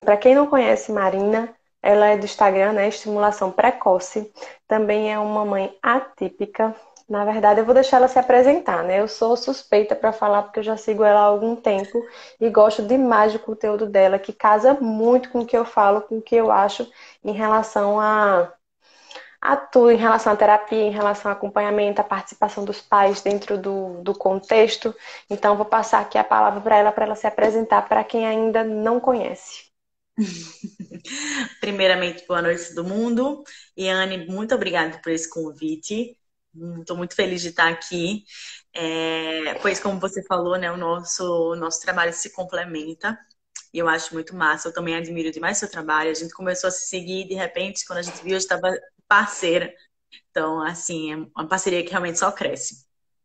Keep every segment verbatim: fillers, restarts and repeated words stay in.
Para quem não conhece Marina, ela é do Instagram, né? Estimulação precoce. Também é uma mãe atípica. Na verdade, eu vou deixar ela se apresentar, né? Eu sou suspeita para falar porque eu já sigo ela há algum tempo e gosto demais do conteúdo dela, que casa muito com o que eu falo, com o que eu acho em relação a, a tudo, em relação à terapia, em relação ao acompanhamento, à participação dos pais dentro do, do contexto. Então, vou passar aqui a palavra para ela, para ela se apresentar para quem ainda não conhece. Primeiramente, boa noite a todo mundo. E Anne, muito obrigada por esse convite. Estou muito feliz de estar aqui. É, pois, como você falou, né, o nosso, o nosso trabalho se complementa. E eu acho muito massa. Eu também admiro demais seu trabalho. A gente começou a se seguir e, de repente, quando a gente viu, eu estava parceira. Então, assim, é uma parceria que realmente só cresce.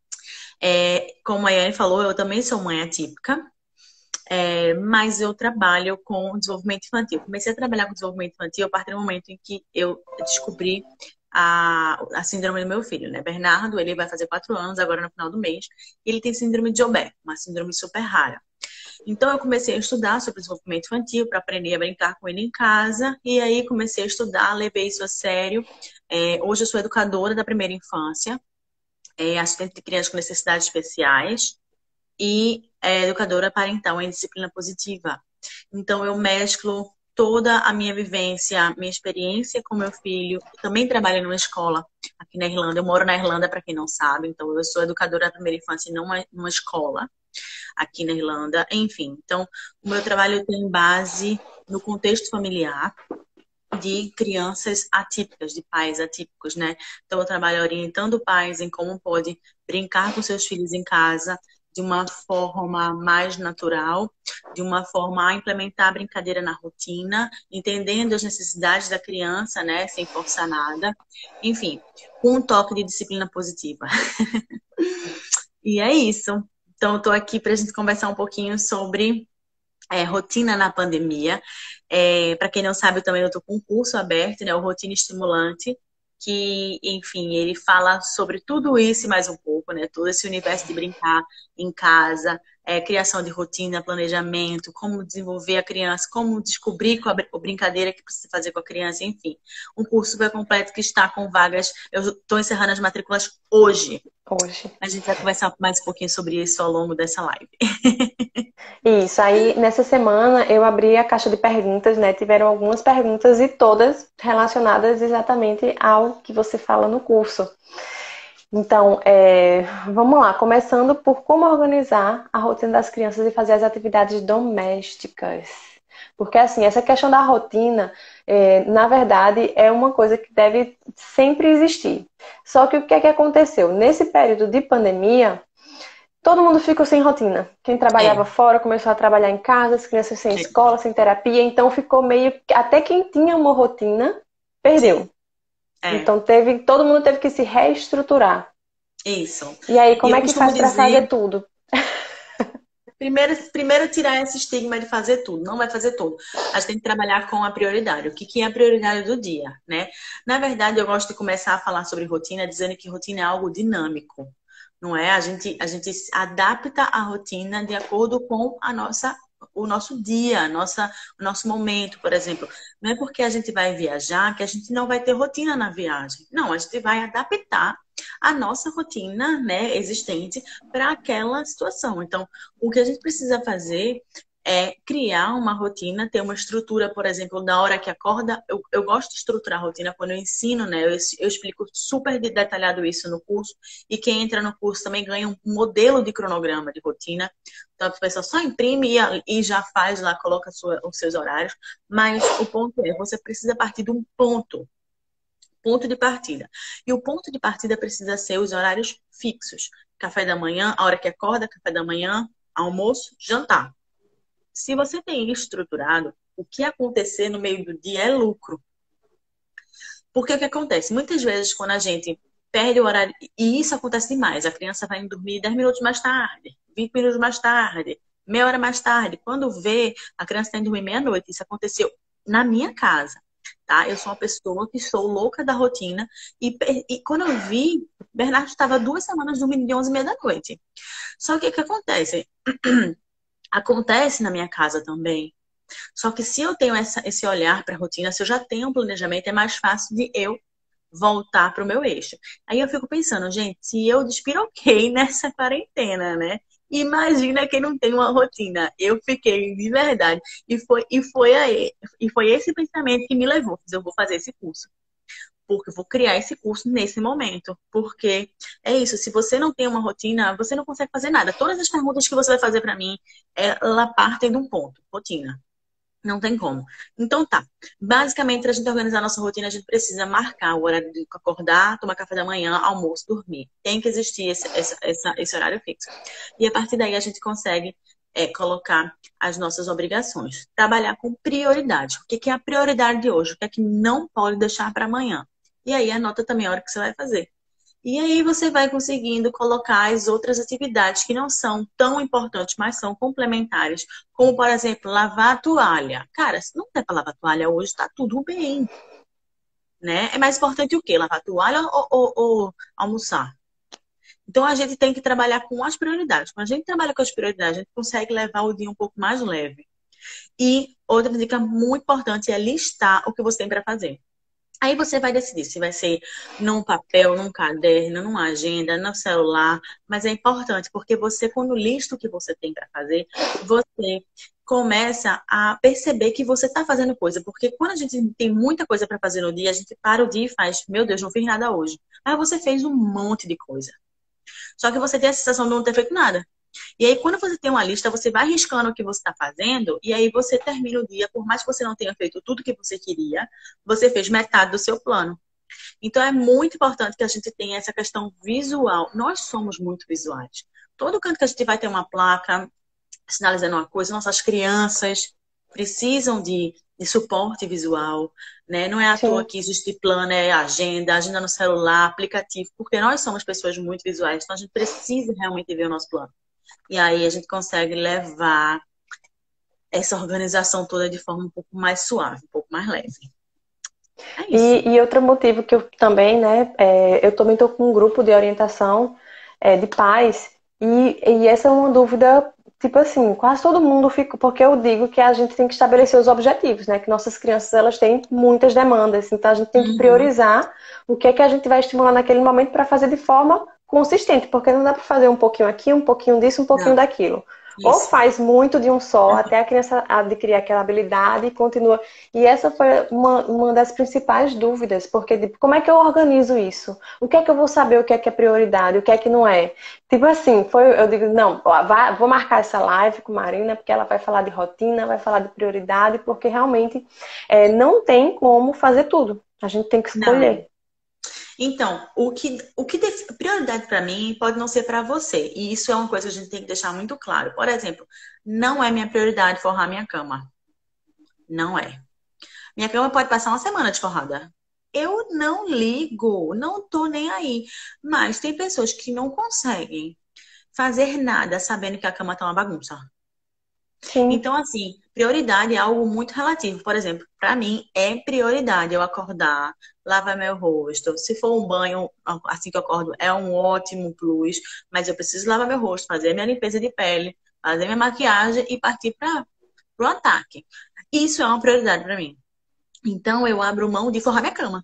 É, como a Anne falou, eu também sou mãe atípica. É, mas eu trabalho com desenvolvimento infantil. Comecei a trabalhar com desenvolvimento infantil a partir do momento em que eu descobri a, a síndrome do meu filho, né? Bernardo, ele vai fazer quatro anos agora no final do mês. E ele tem síndrome de Joubert, uma síndrome super rara. Então eu comecei a estudar sobre desenvolvimento infantil para aprender a brincar com ele em casa. E aí comecei a estudar, levei isso a sério. É, hoje eu sou educadora da primeira infância, é, assistente de crianças com necessidades especiais e é, educadora parental em disciplina positiva. Então, eu mesclo toda a minha vivência, minha experiência com meu filho. Eu também trabalho numa escola aqui na Irlanda. Eu moro na Irlanda, para quem não sabe. Então, eu sou educadora da primeira infância numa, numa escola aqui na Irlanda. Enfim, então, o meu trabalho tem base no contexto familiar de crianças atípicas, de pais atípicos, né? Então, eu trabalho orientando pais em como pode brincar com seus filhos em casa de uma forma mais natural, de uma forma a implementar a brincadeira na rotina, entendendo as necessidades da criança, né? Sem forçar nada. Enfim, com um toque de disciplina positiva. E é isso. Então, eu estou aqui para a gente conversar um pouquinho sobre é, rotina na pandemia. É, para quem não sabe, eu também estou com um curso aberto, né, o Rotina Estimulante, que, enfim, ele fala sobre tudo isso e mais um pouco, né, todo esse universo de brincar em casa, é, criação de rotina, planejamento, como desenvolver a criança, como descobrir qual a brincadeira que precisa fazer com a criança, enfim. Um curso super completo que está com vagas. Eu estou encerrando as matrículas hoje. Hoje. A gente vai conversar mais um pouquinho sobre isso ao longo dessa live. Isso, aí nessa semana eu abri a caixa de perguntas, né? Tiveram algumas perguntas e todas relacionadas exatamente ao que você fala no curso. Então, é, vamos lá, começando por como organizar a rotina das crianças e fazer as atividades domésticas. Porque, assim, essa questão da rotina, é, na verdade, é uma coisa que deve sempre existir. Só que o que é que aconteceu? Nesse período de pandemia, todo mundo ficou sem rotina. Quem trabalhava É, fora começou a trabalhar em casa, as crianças sem é, escola, sem terapia, então ficou meio. Até quem tinha uma rotina perdeu. sim, é. Então teve, todo mundo teve que se reestruturar. Isso. E aí, E como eu é que costumo faz para fazer dizer, tudo? primeiro, primeiro tirar esse estigma de fazer tudo. Não vai fazer tudo. A gente tem que trabalhar com a prioridade. O que, que é a prioridade do dia, né? Na verdade, eu gosto de começar a falar sobre rotina dizendo que rotina é algo dinâmico. Não é? A gente, a gente adapta a rotina de acordo com a nossa, o nosso dia, a nossa, o nosso momento, por exemplo. Não é porque a gente vai viajar que a gente não vai ter rotina na viagem. Não, a gente vai adaptar a nossa rotina, né, existente para aquela situação. Então, o que a gente precisa fazer é criar uma rotina, ter uma estrutura, por exemplo, da hora que acorda. Eu, eu gosto de estruturar a rotina quando eu ensino, né? Eu, eu explico super detalhado isso no curso. E quem entra no curso também ganha um modelo de cronograma de rotina. Então, a pessoa só imprime e, e já faz lá, coloca sua, os seus horários. Mas o ponto é, você precisa partir de um ponto ponto de partida. E o ponto de partida precisa ser os horários fixos. Café da manhã, a hora que acorda, café da manhã, almoço, jantar. Se você tem isso estruturado, o que acontecer no meio do dia é lucro. Porque o que acontece? Muitas vezes, quando a gente perde o horário, e isso acontece demais, a criança vai dormir dez minutos mais tarde, vinte minutos mais tarde, meia hora mais tarde. Quando vê, a criança está indo dormir meia-noite. Isso aconteceu na minha casa, tá? Eu sou uma pessoa que sou louca da rotina. E, e quando eu vi, Bernardo estava duas semanas dormindo de onze e meia da noite. Só que o que acontece? Acontece na minha casa também. Só que se eu tenho essa, esse olhar para a rotina, se eu já tenho um planejamento, é mais fácil de eu voltar para o meu eixo. Aí eu fico pensando, gente, se eu despiroquei nessa quarentena, né? Imagina quem não tem uma rotina. Eu fiquei de verdade. E foi, e foi, aí, e foi esse pensamento que me levou. Eu vou fazer esse curso. Porque eu vou criar esse curso nesse momento. Porque é isso, se você não tem uma rotina, você não consegue fazer nada. Todas as perguntas que você vai fazer para mim, ela partem de um ponto, rotina. Não tem como. Então tá. Basicamente, para a gente organizar a nossa rotina, a gente precisa marcar o horário de acordar, tomar café da manhã, almoço, dormir. Tem que existir esse, esse, esse, esse horário fixo. E a partir daí a gente consegue é, colocar as nossas obrigações. Trabalhar com prioridade. O que, que é a prioridade de hoje? O que é que não pode deixar para amanhã? E aí anota também a hora que você vai fazer. E aí você vai conseguindo colocar as outras atividades que não são tão importantes, mas são complementares. Como, por exemplo, lavar a toalha. Cara, se não der para lavar a toalha hoje, tá tudo bem. Né? É mais importante o quê? Lavar a toalha ou, ou, ou almoçar? Então, a gente tem que trabalhar com as prioridades. Quando a gente trabalha com as prioridades, a gente consegue levar o dia um pouco mais leve. E outra dica muito importante é listar o que você tem para fazer. Aí você vai decidir se vai ser num papel, num caderno, numa agenda, no celular. Mas é importante, porque você, quando lista o que você tem para fazer, você começa a perceber que você está fazendo coisa. Porque quando a gente tem muita coisa para fazer no dia, a gente para o dia e faz, meu Deus, não fiz nada hoje. Aí você fez um monte de coisa. Só que você tem a sensação de não ter feito nada. E aí, quando você tem uma lista, você vai riscando o que você está fazendo, e aí você termina o dia, por mais que você não tenha feito tudo que você queria, você fez metade do seu plano. Então, é muito importante que a gente tenha essa questão visual. Nós somos muito visuais. Todo canto que a gente vai ter uma placa sinalizando uma coisa, nossas crianças precisam de, de suporte visual, né? Não é à toa Sim. que existe plano, é agenda, agenda no celular, aplicativo, porque nós somos pessoas muito visuais, então a gente precisa realmente ver o nosso plano. E aí a gente consegue levar essa organização toda de forma um pouco mais suave, um pouco mais leve. É isso. E, e outro motivo que eu também, né, é, eu também estou com um grupo de orientação é, de pais, e, e essa é uma dúvida, tipo assim, quase todo mundo fica, porque eu digo que a gente tem que estabelecer os objetivos, né, que nossas crianças, elas têm muitas demandas, então a gente tem que Uhum. priorizar o que é que a gente vai estimular naquele momento para fazer de forma consistente, porque não dá para fazer um pouquinho aqui, um pouquinho disso, um pouquinho Não, daquilo. Ou isso. faz muito de um só, até a criança adquirir aquela habilidade e continua. E essa foi uma, uma das principais dúvidas, porque tipo, como é que eu organizo isso? O que é que eu vou saber o que é que é prioridade, o que é que não é? Tipo assim, foi, eu digo, não, ó, vai, vou marcar essa live com Marina, porque ela vai falar de rotina, vai falar de prioridade, porque realmente é, não tem como fazer tudo. A gente tem que Não. escolher. Então, o que, o que def- prioridade para mim pode não ser para você. E isso é uma coisa que a gente tem que deixar muito claro. Por exemplo, não é minha prioridade forrar minha cama. Não é. Minha cama pode passar uma semana desforrada. Eu não ligo, não tô nem aí. Mas tem pessoas que não conseguem fazer nada sabendo que a cama tá uma bagunça. Sim. Então, assim, prioridade é algo muito relativo. Por exemplo, para mim é prioridade eu acordar, lavar meu rosto. Se for um banho assim que eu acordo, é um ótimo plus, mas eu preciso lavar meu rosto, fazer minha limpeza de pele, fazer minha maquiagem e partir para o ataque. Isso é uma prioridade para mim. Então, eu abro mão de forrar minha cama.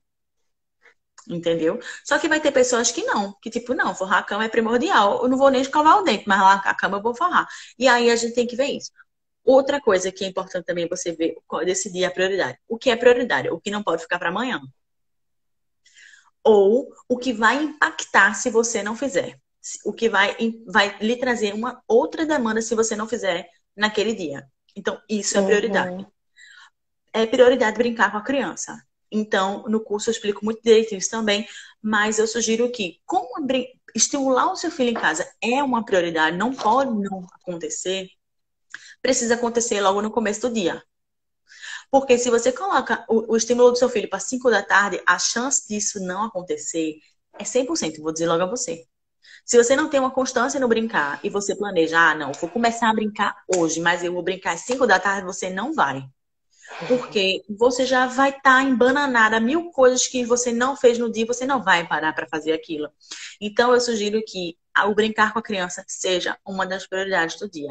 Entendeu? Só que vai ter pessoas que não, que tipo, não, forrar a cama é primordial. Eu não vou nem escovar o dente, mas lá a cama eu vou forrar. E aí a gente tem que ver isso. Outra coisa que é importante também você ver, decidir a prioridade. O que é prioridade? O que não pode ficar para amanhã. Ou o que vai impactar se você não fizer. O que vai, vai lhe trazer uma outra demanda se você não fizer naquele dia. Então, isso é prioridade. Uhum. É prioridade brincar com a criança. Então, no curso eu explico muito direitinho isso também, mas eu sugiro que, como estimular o seu filho em casa é uma prioridade, não pode não acontecer, precisa acontecer logo no começo do dia. Porque se você coloca o, o estímulo do seu filho para cinco da tarde, a chance disso não acontecer é cem por cento, vou dizer logo a você. Se você não tem uma constância no brincar e você planeja, ah, não, vou começar a brincar hoje, mas eu vou brincar às cinco da tarde, você não vai. Porque você já vai estar tá embananada, mil coisas que você não fez no dia, você não vai parar para fazer aquilo. Então, eu sugiro que o brincar com a criança seja uma das prioridades do dia.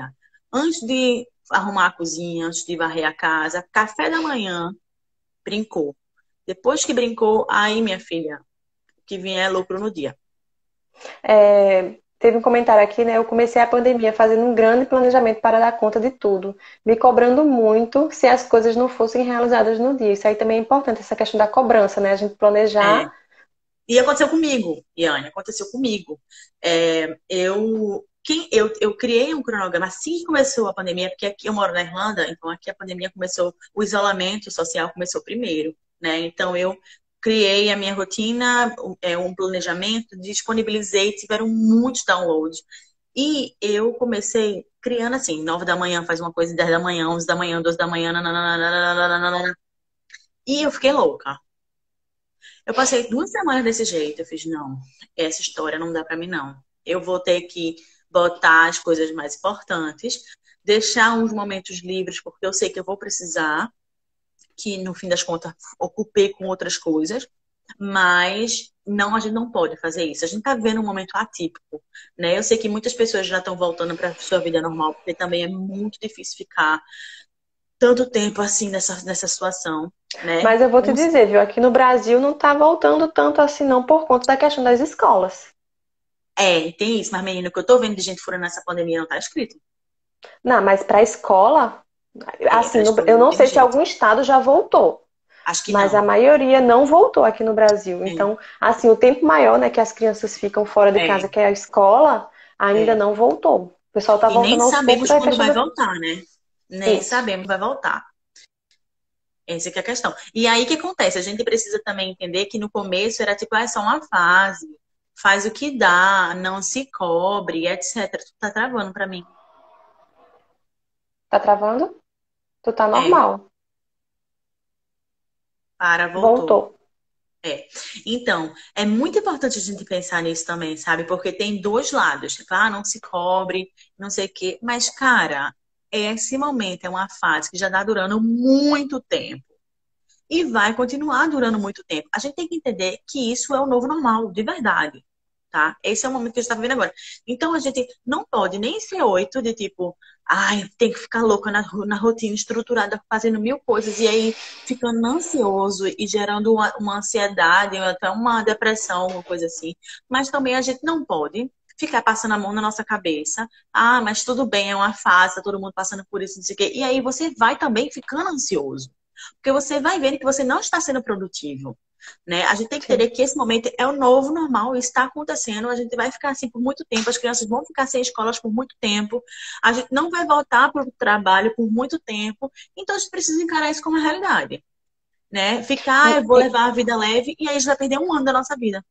Antes de arrumar a cozinha, antes de varrer a casa, café da manhã, brincou. Depois que brincou, aí, minha filha, o que vier é lucro no dia. É, teve um comentário aqui, né? Eu comecei a pandemia fazendo um grande planejamento para dar conta de tudo, me cobrando muito se as coisas não fossem realizadas no dia. Isso aí também é importante, essa questão da cobrança, né? A gente É. planejar. E aconteceu comigo, Iane, aconteceu comigo. É, eu, quem, eu, eu criei um cronograma assim que começou a pandemia, porque aqui eu moro na Irlanda, então aqui a pandemia começou, o isolamento social começou primeiro, né? Então eu criei a minha rotina, é, um planejamento, disponibilizei, tiveram muitos downloads. E eu comecei criando assim, nove da manhã faz uma coisa, dez da manhã, onze da manhã, doze da manhã, nananana, e eu fiquei louca. Eu passei duas semanas desse jeito. Eu fiz, não, essa história não dá pra mim, não. Eu vou ter que botar as coisas mais importantes, deixar uns momentos livres, porque eu sei que eu vou precisar, que no fim das contas ocupei com outras coisas, mas não, a gente não pode fazer isso. A gente tá vendo um momento atípico, né? Eu sei que muitas pessoas já estão voltando para sua vida normal, porque também é muito difícil ficar tanto tempo assim nessa, nessa situação, né? Mas eu vou te dizer, viu? Aqui no Brasil não tá voltando tanto assim, não, por conta da questão das escolas. É, tem isso, mas menino, o que eu tô vendo de gente furando nessa pandemia não tá escrito. Não, mas para a escola, É, assim, pra no- escola eu não não tem sei se jeito. algum estado já voltou, Acho que mas a não. maioria não voltou aqui no Brasil. É, Então, assim, o tempo maior, né, que as crianças ficam fora de casa, é, que é a escola, ainda é. não voltou. O pessoal tá E nem voltando aos poucos sabemos da quando questão vai da... voltar, né? Nem Isso. sabemos vai voltar. Essa que é a questão. E aí o que acontece? A gente precisa também entender que no começo era tipo, ah, é só uma fase. Faz o que dá, não se cobre, etcétera. Tu tá travando pra mim. Tá travando? Tu tá É, normal. para, voltou. Voltou. É. Então, é muito importante a gente pensar nisso também, sabe? Porque tem dois lados. Tipo, ah, não se cobre, não sei o quê. Mas, cara, esse momento é uma fase que já está durando muito tempo. E vai continuar durando muito tempo. A gente tem que entender que isso é o novo normal, de verdade. Tá? Esse é o momento que a gente está vivendo agora. Então, a gente não pode nem ser oito de tipo, ai, tem que ficar louca na, na rotina, estruturada, fazendo mil coisas, e aí ficando ansioso e gerando uma, uma ansiedade, ou até uma depressão, uma coisa assim. Mas também a gente não pode ficar passando a mão na nossa cabeça. Ah, mas tudo bem, é uma fase, tá todo mundo passando por isso, não sei o quê. E aí você vai também ficando ansioso. Porque você vai vendo que você não está sendo produtivo, né? A gente tem que Sim. entender que esse momento é o novo normal, isso está acontecendo, a gente vai ficar assim por muito tempo, as crianças vão ficar sem escolas por muito tempo, a gente não vai voltar para o trabalho por muito tempo, então a gente precisa encarar isso como uma realidade, né? Ficar, eu vou E, levar a vida leve e aí a gente vai perder um ano da nossa vida.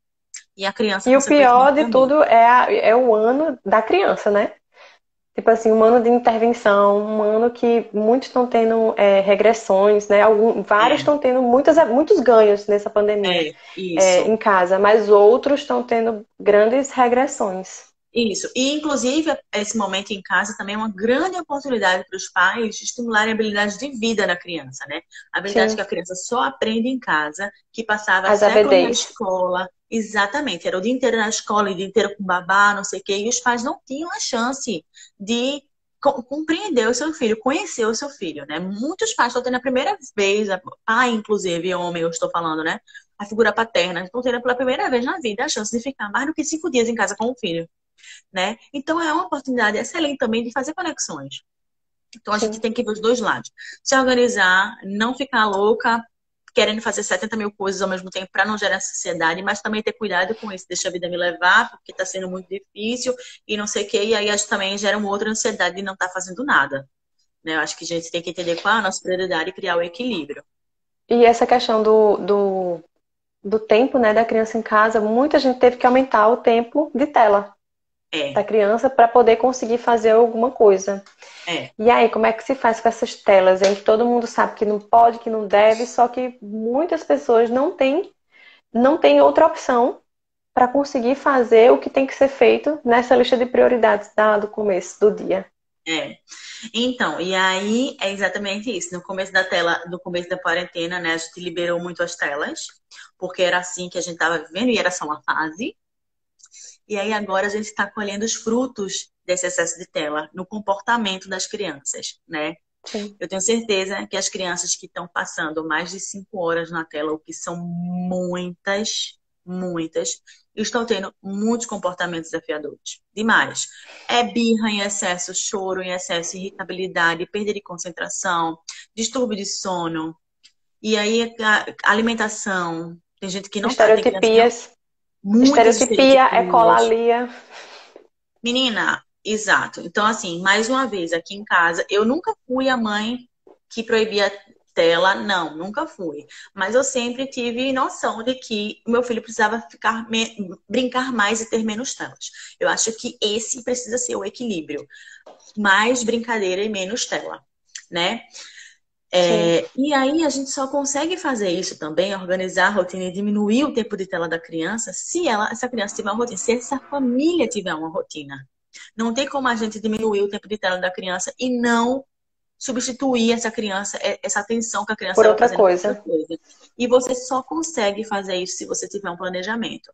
E a criança, e o pior consequentemente, de também. tudo é, a- é o ano da criança, né? Tipo assim, um ano de intervenção, um ano que muitos estão tendo é, regressões, né? Algum, vários É, estão tendo muitas, muitos ganhos nessa pandemia é, é, isso. em casa, mas outros estão tendo grandes regressões. Isso. E, inclusive, esse momento em casa também é uma grande oportunidade para os pais de estimularem habilidades de vida na criança, né? Habilidades que Sim, a criança só aprende em casa, que passava as séculos na A B Ds. escola. Exatamente. Era o dia inteiro na escola, o dia inteiro com babá, não sei o quê. E os pais não tinham a chance de co- compreender o seu filho, conhecer o seu filho, né? Muitos pais estão tendo a primeira vez, a- pai, inclusive, homem, eu estou falando, né? A figura paterna, estão tendo pela primeira vez na vida a chance de ficar mais do que cinco dias em casa com o filho, né? Então é uma oportunidade excelente também de fazer conexões. Então a gente Sim. tem que ver os dois lados. Se organizar, não ficar louca, querendo fazer setenta mil coisas ao mesmo tempo para não gerar ansiedade, mas também ter cuidado com isso. Deixa a vida me levar, porque está sendo muito difícil e não sei o quê. E aí a gente também gera uma outra ansiedade de não estar tá fazendo nada. Né? Eu acho que a gente tem que entender qual é a nossa prioridade e criar o equilíbrio. E essa questão do, do, do tempo, né, da criança em casa, muita gente teve que aumentar o tempo de tela da É, criança para poder conseguir fazer alguma coisa. é. E aí, como é que se faz com essas telas, em que todo mundo sabe que não pode, que não deve, só que muitas pessoas não têm, não têm outra opção para conseguir fazer o que tem que ser feito nessa lista de prioridades da, do começo do dia. É. Então, e aí é exatamente isso. No começo da tela, no começo da quarentena, né, a gente liberou muito as telas, porque era assim que a gente estava vivendo e era só uma fase. E aí agora a gente está colhendo os frutos desse excesso de tela no comportamento das crianças, né? Sim. Eu tenho certeza que as crianças que estão passando mais de cinco horas na tela, o que são muitas, muitas, estão tendo muitos comportamentos desafiadores. Demais. É birra em excesso, choro em excesso, irritabilidade, perda de concentração, distúrbio de sono. E aí, a alimentação. Tem gente que não tá, tem criança que não. Estereotipias. Muitas Estereotipia, estereotipias. ecolalia. Menina, exato. Então, assim, mais uma vez, aqui em casa, eu nunca fui a mãe que proibia tela, não, nunca fui. Mas eu sempre tive noção de que o meu filho precisava ficar me- brincar mais e ter menos telas. Eu acho que esse precisa ser o equilíbrio. Mais brincadeira e menos tela, né? Sim. É, e aí a gente só consegue fazer isso também, organizar a rotina e diminuir o tempo de tela da criança, se ela, essa criança tiver uma rotina, se essa família tiver uma rotina. Não tem como a gente diminuir o tempo de tela da criança e não substituir essa criança, essa atenção que a criança Por vai outra fazendo por outra coisa. coisa. E você só consegue fazer isso se você tiver um planejamento.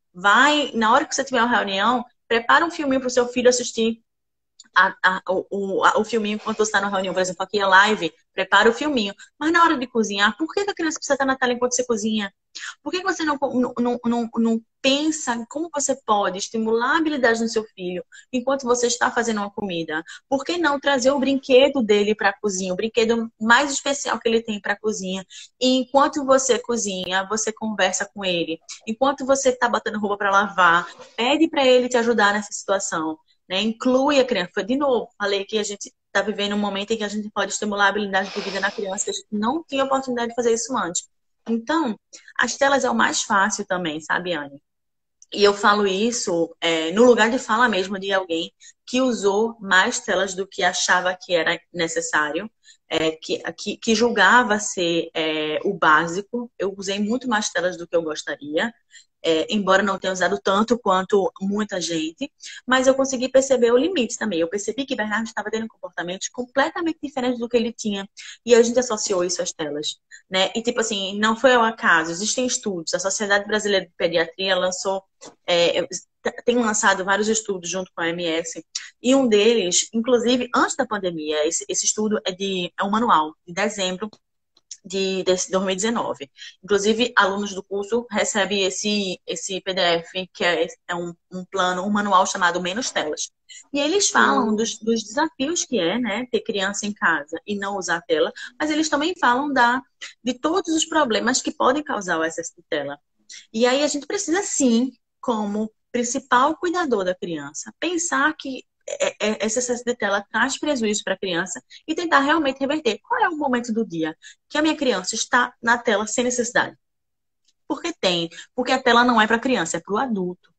Vai, na hora que você tiver uma reunião, prepara um filminho para o seu filho assistir a, a, o, a, o filminho enquanto você está na reunião, por exemplo, aqui é live, prepara o filminho. Mas na hora de cozinhar, por que que a criança precisa estar na tela enquanto você cozinha? Por que que você não, não, não, não pensa em como você pode estimular a habilidade no seu filho enquanto você está fazendo uma comida? Por que não trazer o brinquedo dele para a cozinha, o brinquedo mais especial que ele tem para a cozinha? E enquanto você cozinha, você conversa com ele. Enquanto você está botando roupa para lavar, pede para ele te ajudar nessa situação. Né? Inclui a criança. Foi de novo, falei que a gente está vivendo um momento em que a gente pode estimular a habilidade de vida na criança, que a gente não tinha oportunidade de fazer isso antes. Então, as telas é o mais fácil também, sabe, Anne? E eu falo isso é, no lugar de fala mesmo de alguém que usou mais telas do que achava que era necessário, é, que, que, que julgava ser é, o básico. Eu usei muito mais telas do que eu gostaria. É, embora não tenha usado tanto quanto muita gente, mas eu consegui perceber o limite também. Eu percebi que Bernardo estava tendo comportamentos completamente diferentes do que ele tinha, e a gente associou isso às telas, né? E tipo assim, não foi ao acaso, existem estudos. A Sociedade Brasileira de Pediatria lançou, é, tem lançado vários estudos junto com a O M S, e um deles, inclusive antes da pandemia, esse, esse estudo é de é um manual de dezembro de, de dois mil e dezenove. Inclusive, alunos do curso recebem esse, esse P D F, que é, é um, um plano, um manual chamado Menos Telas. E eles falam Hum. dos, dos desafios que é, né, ter criança em casa e não usar tela, mas eles também falam da, de todos os problemas que podem causar o excesso de tela. E aí a gente precisa, sim, como principal cuidador da criança, pensar que esse excesso de tela traz prejuízo para a criança e tentar realmente reverter. Qual é o momento do dia que a minha criança está na tela sem necessidade? Porque tem. Porque a tela não é para a criança, é para o adulto.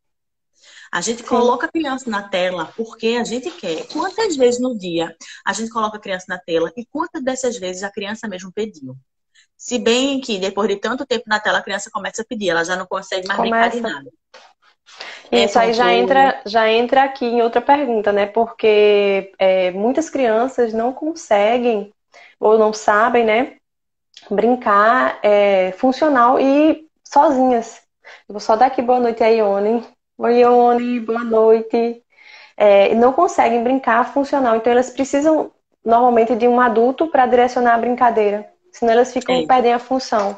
A gente Sim. coloca a criança na tela porque a gente quer. Quantas vezes no dia a gente coloca a criança na tela e quantas dessas vezes a criança mesmo pediu? Se bem que depois de tanto tempo na tela a criança começa a pedir, ela já não consegue mais brincar de Começa. nada. É Isso aí já controle. entra, já entra aqui em outra pergunta, né? Porque é, muitas crianças não conseguem ou não sabem, né, brincar é, funcional e sozinhas. Eu vou só dar aqui boa noite a Ione. Oi, Ione, boa noite. É, não conseguem brincar funcional, então elas precisam normalmente de um adulto para direcionar a brincadeira, senão elas ficam É. perdem a função.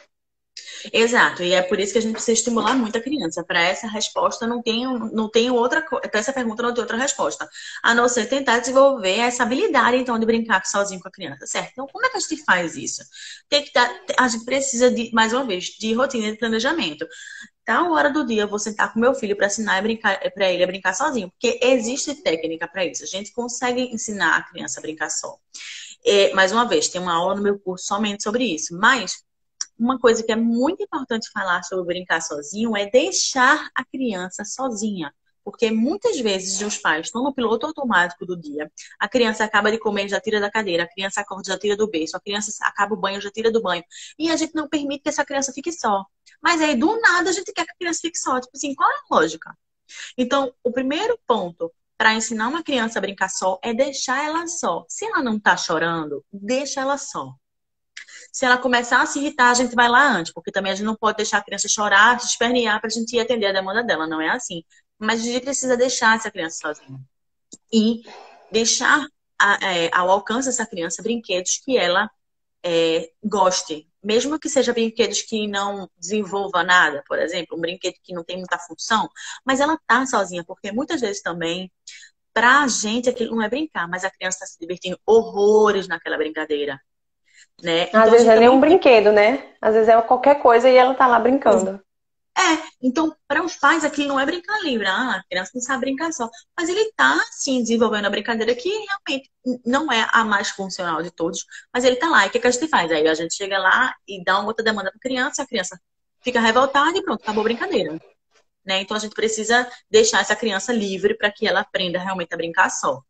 Exato, e é por isso que a gente precisa estimular muito a criança. Para essa resposta, não tenho, não tenho outra para essa pergunta não tem outra resposta, a não ser tentar desenvolver essa habilidade então de brincar sozinho com a criança, certo? Então, como é que a gente faz isso? Tem que dar, a gente precisa de, mais uma vez, de rotina de planejamento. Tal hora do dia eu vou sentar com meu filho para ensinar e brincar para ele a brincar sozinho, porque existe técnica para isso. A gente consegue ensinar a criança a brincar só. E, mais uma vez, tem uma aula no meu curso somente sobre isso, mas uma coisa que é muito importante falar sobre brincar sozinho é deixar a criança sozinha. Porque muitas vezes os pais estão no piloto automático do dia. A criança acaba de comer, já tira da cadeira. A criança acorda, já tira do berço. A criança acaba o banho, já tira do banho. E a gente não permite que essa criança fique só. Mas aí, do nada, a gente quer que a criança fique só. Tipo assim, qual é a lógica? Então, o primeiro ponto para ensinar uma criança a brincar só é deixar ela só. Se ela não tá chorando, deixa ela só. Se ela começar a se irritar, a gente vai lá antes, porque também a gente não pode deixar a criança chorar, se espernear para a gente ir atender a demanda dela, não é assim. Mas a gente precisa deixar essa criança sozinha. E deixar a, é, ao alcance dessa criança brinquedos que ela é, goste. Mesmo que seja brinquedos que não desenvolva nada, por exemplo, um brinquedo que não tem muita função, mas ela tá sozinha, porque muitas vezes também, pra gente, aquilo não é brincar, mas a criança está se divertindo horrores naquela brincadeira, né? Às Então a vezes gente é nem um também tem. brinquedo, né? Às vezes é qualquer coisa e ela tá lá brincando. É, então, para os pais, aquilo não é brincar livre. Ah, a criança não sabe brincar só. Mas ele está, sim, desenvolvendo a brincadeira que realmente não é a mais funcional de todos, mas ele está lá. E o que, que a gente faz? Aí a gente chega lá e dá uma outra demanda para a criança, a criança fica revoltada e pronto, acabou a brincadeira. Né? Então, a gente precisa deixar essa criança livre para que ela aprenda realmente a brincar só.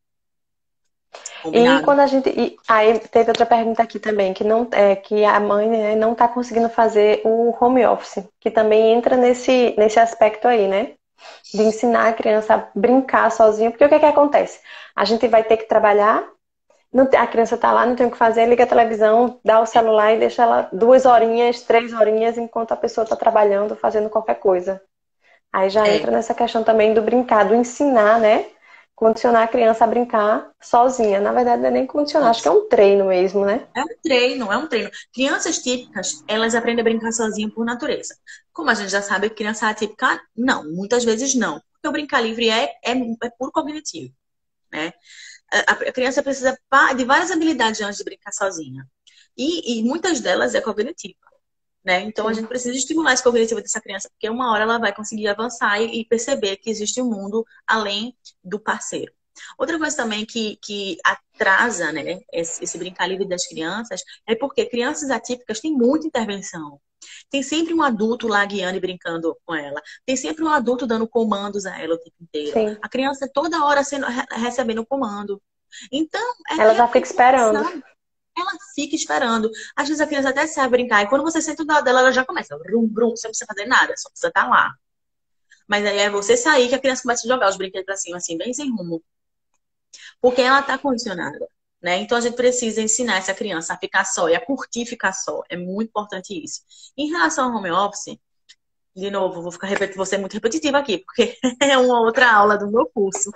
E Combinado? quando a gente. E aí teve outra pergunta aqui também, que não é que a mãe, né, não está conseguindo fazer o home office, que também entra nesse, nesse aspecto aí, né? De ensinar a criança a brincar sozinha, porque o que é que acontece? A gente vai ter que trabalhar, não tem- a criança está lá, não tem o que fazer, liga a televisão, dá o celular e deixa ela duas horinhas, três horinhas, enquanto a pessoa está trabalhando, fazendo qualquer coisa. Aí já É. entra nessa questão também do brincar, do ensinar, né? Condicionar a criança a brincar sozinha. Na verdade, não é nem condicionar, acho que é um treino mesmo, né? É um treino, é um treino. Crianças típicas, elas aprendem a brincar sozinhas por natureza. Como a gente já sabe, criança atípica, não. Muitas vezes não. Porque o brincar livre é, é, é puro cognitivo, né? A, a criança precisa de várias habilidades antes de brincar sozinha. E, e muitas delas é cognitiva, né? Então, a Sim. gente precisa estimular esse cognitivo dessa criança, porque uma hora ela vai conseguir avançar e, e perceber que existe um mundo além do parceiro. Outra coisa também que, que atrasa, né, esse, esse brincar livre das crianças é porque crianças atípicas têm muita intervenção. Tem sempre um adulto lá guiando e brincando com ela. Tem sempre um adulto dando comandos a ela o tempo inteiro. Sim. A criança toda hora sendo, recebendo comando. Então, é Ela já fica realmente esperando. necessário. Ela fica esperando. Às vezes a criança até sabe brincar. E quando você senta do lado dela, ela já começa. Brum, brum, você não precisa fazer nada, só precisa estar lá. Mas aí é você sair que a criança começa a jogar os brinquedos pra cima, assim, bem sem rumo. Porque ela está condicionada, né? Então a gente precisa ensinar essa criança a ficar só e a curtir ficar só. É muito importante isso. Em relação ao home office, de novo, vou ficar repetindo, vou ser muito repetitiva aqui, porque é uma outra aula do meu curso.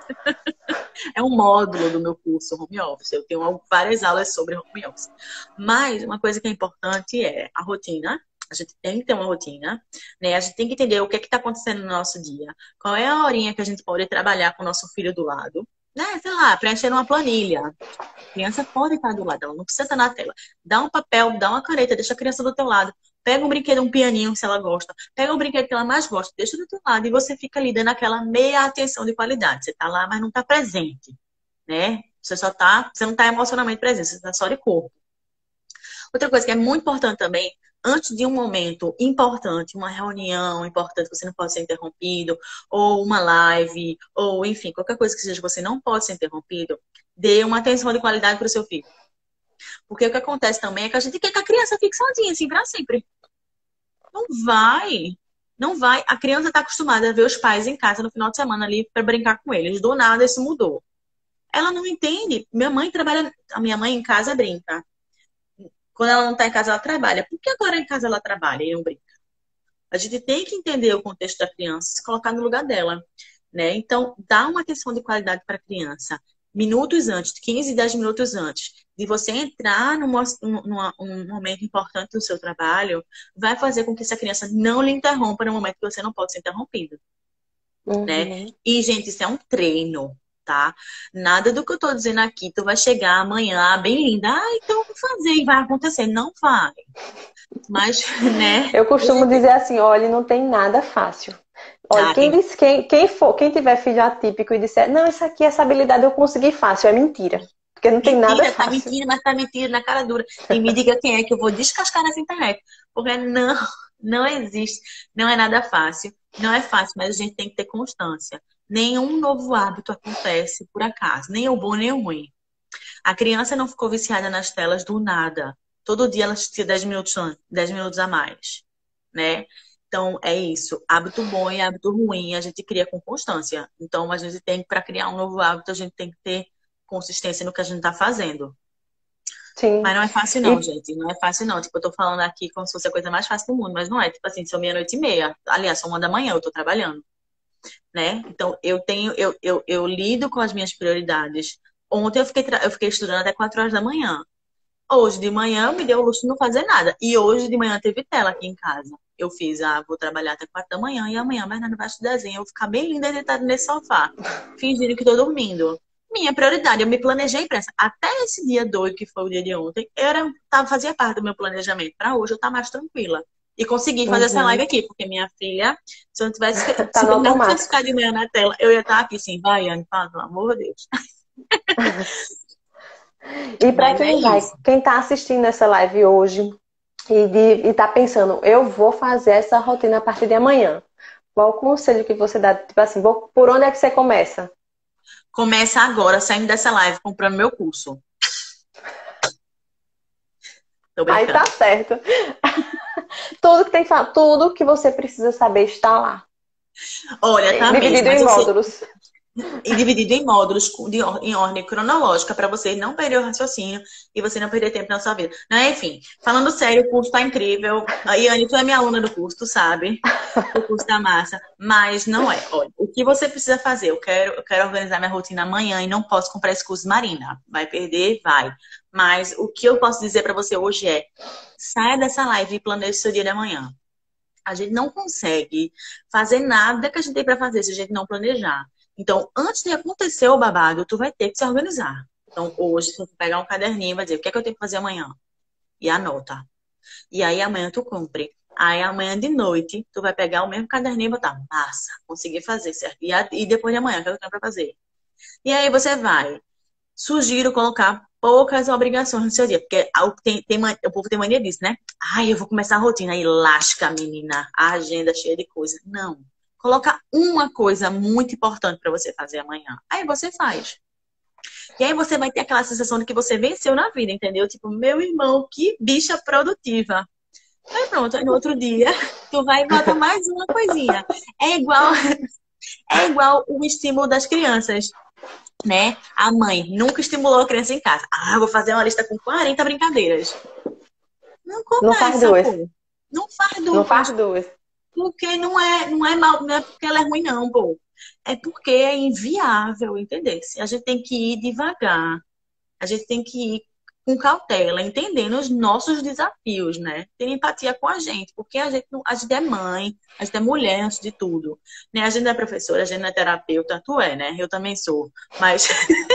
É um módulo do meu curso home office. Eu tenho várias aulas sobre home office. Mas uma coisa que é importante é a rotina. A gente tem que ter uma rotina, né? A gente tem que entender o que é está acontecendo no nosso dia. Qual é a horinha que a gente pode trabalhar com o nosso filho do lado, né? Sei lá, preencher uma planilha. A criança pode estar do lado, ela não precisa estar na tela. Dá um papel, dá uma caneta, deixa a criança do teu lado. Pega um brinquedo, um pianinho, se ela gosta. Pega um brinquedo que ela mais gosta, deixa do teu lado. E você fica ali dando aquela meia atenção de qualidade. Você tá lá, mas não tá presente, né? Você só tá, você não tá emocionalmente presente, você tá só de corpo. Outra coisa que é muito importante também, antes de um momento importante, uma reunião importante, você não pode ser interrompido, ou uma live, ou enfim, qualquer coisa que seja, você não pode ser interrompido, dê uma atenção de qualidade para o seu filho. Porque o que acontece também é que a gente quer que a criança fique sozinha, assim, para sempre. Não vai. Não vai. A criança está acostumada a ver os pais em casa no final de semana ali para brincar com eles. Do nada isso mudou. Ela não entende. Minha mãe trabalha. A minha mãe em casa brinca. Quando ela não está em casa, ela trabalha. Por que agora em casa ela trabalha e não brinca? A gente tem que entender o contexto da criança, se colocar no lugar dela, né? Então, dá uma atenção de qualidade para a criança. Minutos antes, quinze, dez minutos antes de você entrar num, num, num momento importante do seu trabalho, vai fazer com que essa criança não lhe interrompa no momento que você não pode ser interrompido, né? Uhum. E, gente, isso é um treino, tá? Nada do que eu tô dizendo aqui, tu vai chegar amanhã bem linda. Ah, então eu vou fazer e vai acontecer. Não vai. Mas, né? Eu costumo dizer assim, olha, não tem nada fácil. Olha, Ah, quem, tem diz, quem, quem, for, quem tiver filho atípico e disser, não, isso aqui, essa habilidade eu consegui fácil, é mentira. Porque não tem nada mentira, tá fácil. mentindo, mas tá mentindo na cara dura. E me diga quem é que eu vou descascar nessa internet. Porque não, não existe. Não é nada fácil. Não é fácil, mas a gente tem que ter constância. Nenhum novo hábito acontece por acaso. Nem o bom, nem o ruim. A criança não ficou viciada nas telas do nada. Todo dia ela assistia dez minutos, dez minutos a mais, né? Então, é isso. Hábito bom e hábito ruim a gente cria com constância. Então, a gente tem, para criar um novo hábito, a gente tem que ter consistência no que a gente está fazendo. Sim. Mas não é fácil não, E gente. Não é fácil não. Tipo, eu tô falando aqui como se fosse a coisa mais fácil do mundo, mas não é. Tipo assim, são meia-noite e meia. Aliás, são uma da manhã, eu tô trabalhando, né? Então, eu tenho, eu, eu, eu lido com as minhas prioridades. Ontem eu fiquei, tra- eu fiquei estudando até quatro horas da manhã. Hoje de manhã me deu o luxo de não fazer nada. E hoje de manhã teve tela aqui em casa. Eu fiz, ah, vou trabalhar até quatro da manhã e amanhã mais nada baixo do desenho. Eu vou ficar bem linda deitada nesse sofá, fingindo que tô dormindo. Minha prioridade, eu me planejei para essa. Até esse dia doido, que foi o dia de ontem, era, tava, fazia parte do meu planejamento. Para hoje eu estar mais tranquila. E consegui fazer essa live uhum. aqui, porque minha filha, se eu não tivesse, Tá se no eu não tivesse automático. ficado de manhã na tela, eu ia estar aqui assim, vai, Anne, fala, pelo amor de Deus. E para Mas é quem vai, isso. quem tá assistindo essa live hoje e, de, e tá pensando, eu vou fazer essa rotina a partir de amanhã. Qual o conselho que você dá? Tipo assim, vou, por onde é que você começa? Começa agora, saindo dessa live, comprando meu curso. Tô Aí tá brincando. certo. Tudo que tem, que fa- tudo que você precisa saber está lá. Olha, tá mesmo. Dividido Mas em assim, módulos. e dividido em módulos com- de or- em ordem cronológica para você não perder o raciocínio e você não perder tempo na sua vida. Né? Enfim, falando sério, o curso tá incrível. A Iane, tu é minha aluna do curso, tu sabe. O curso tá massa, mas não é. Olha, o que você precisa fazer? Eu quero, eu quero organizar minha rotina amanhã e não posso comprar esse curso Marina. Vai perder? Vai. Mas o que eu posso dizer para você hoje é: saia dessa live e planeje seu dia de amanhã. A gente não consegue fazer nada que a gente tem para fazer se a gente não planejar. Então, antes de acontecer o babado, tu vai ter que se organizar. Então, hoje, se você pegar um caderninho e vai dizer o que é que eu tenho que fazer amanhã, e anota. E aí amanhã tu cumpre. Aí amanhã de noite, tu vai pegar o mesmo caderninho e botar, massa, consegui fazer, certo? E, a- e depois de amanhã, o que eu tenho para fazer? E aí você vai. Sugiro colocar poucas obrigações no seu dia, porque tem, tem, o povo tem mania disso, né? Ai, eu vou começar a rotina, aí lasca, menina, a agenda cheia de coisa. Não. Coloca uma coisa muito importante para você fazer amanhã. Aí você faz. E aí você vai ter aquela sensação de que você venceu na vida, entendeu? Tipo, meu irmão, que bicha produtiva. Aí pronto, aí no outro dia, tu vai e bota mais uma coisinha. É igual, é igual o estímulo das crianças, né? A mãe nunca estimulou a criança em casa. Ah, vou fazer uma lista com quarenta brincadeiras. Não Não faz começa, duas. pô. Não faz Não duas. faz duas. Porque não é, não é mal, não é porque ela é ruim, não, pô. É porque é inviável, entendeu? A gente tem que ir devagar. A gente tem que ir com cautela, entendendo os nossos desafios, né? Ter empatia com a gente, porque a gente, não- a gente é mãe, a gente é mulher antes de tudo. Né? A gente não é professora, a gente não é terapeuta, tu é, né? Eu também sou. Mas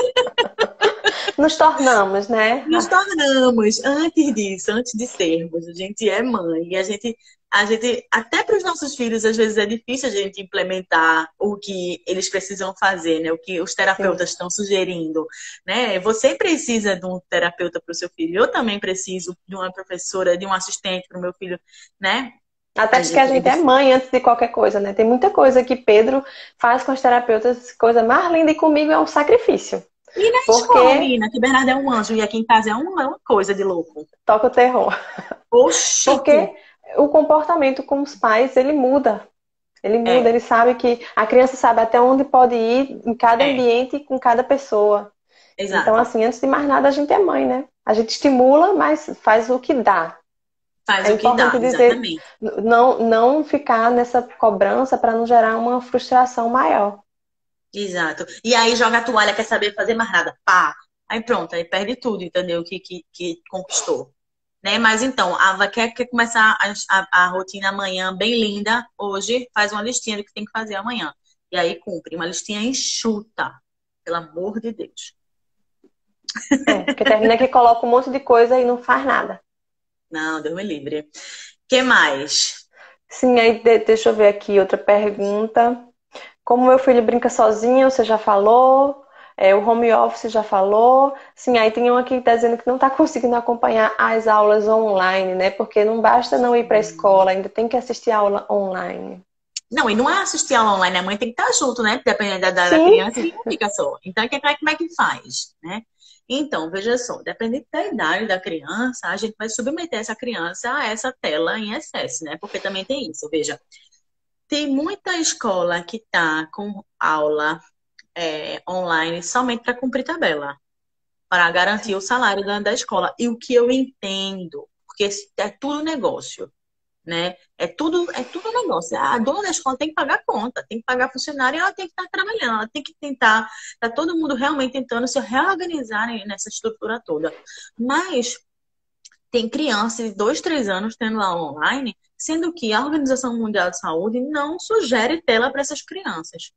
Nos tornamos, né? nos tornamos, antes disso, antes de sermos, a gente é mãe e a gente, a gente, até para os nossos filhos, às vezes é difícil a gente implementar o que eles precisam fazer, né? O que os Sim. terapeutas estão sugerindo, né? Você precisa de um terapeuta para o seu filho, eu também preciso de uma professora, de um assistente para o meu filho, né? Até A porque a gente é gente é difícil. mãe antes de qualquer coisa, né? Tem muita coisa que Pedro faz com os terapeutas, coisa mais linda e comigo é um sacrifício. E na escola, Porque menina, que Bernardo é um anjo e aqui em casa é uma, é uma coisa de louco. toca o terror. Oxente! Porque o comportamento com os pais, ele muda. Ele muda, É, ele sabe que a criança sabe até onde pode ir em cada é, ambiente e com cada pessoa. Então, exato. assim, antes de mais nada, a gente é mãe, né? A gente estimula, mas faz o que dá. Faz É o que importante dá, dizer, exatamente. não, não ficar nessa cobrança para não gerar uma frustração maior. Exato. E aí joga a toalha, quer saber fazer mais nada. Pá! Aí pronto, aí perde tudo, entendeu? Que, que, que conquistou. Né? Mas então, a Ava quer, quer começar a, a, a rotina amanhã bem linda. Hoje, faz uma listinha do que tem que fazer amanhã. E aí cumpre. Uma listinha enxuta. Pelo amor de Deus. É, porque termina que coloca um monte de coisa e não faz nada. Não, Deus me livre. Que mais? Sim, aí de- deixa eu ver aqui outra pergunta. Como meu filho brinca sozinho, você já falou. É, o home office já falou. Sim, aí tem um aqui que está dizendo que não está conseguindo acompanhar as aulas online, né? Porque não basta não ir para a escola, ainda tem que assistir aula online. Não, e não é assistir aula online, a mãe tem que estar junto, né? Dependendo da, da, da Sim, criança, e não fica só. Então, que- como é que faz, né? Então, veja só, dependendo da idade da criança, a gente vai submeter essa criança a essa tela em excesso, né? Porque também tem isso, veja. Tem muita escola que tá com aula é, online somente para cumprir tabela. para garantir o salário da, da escola. E o que eu entendo, porque é tudo negócio, né? É tudo, é tudo negócio. A dona da escola tem que pagar conta, tem que pagar funcionário e ela tem que estar trabalhando, ela tem que tentar, tá todo mundo realmente tentando se reorganizar nessa estrutura toda. Mas tem crianças de dois, três anos tendo aula online, sendo que a Organização Mundial de Saúde não sugere tela para essas crianças.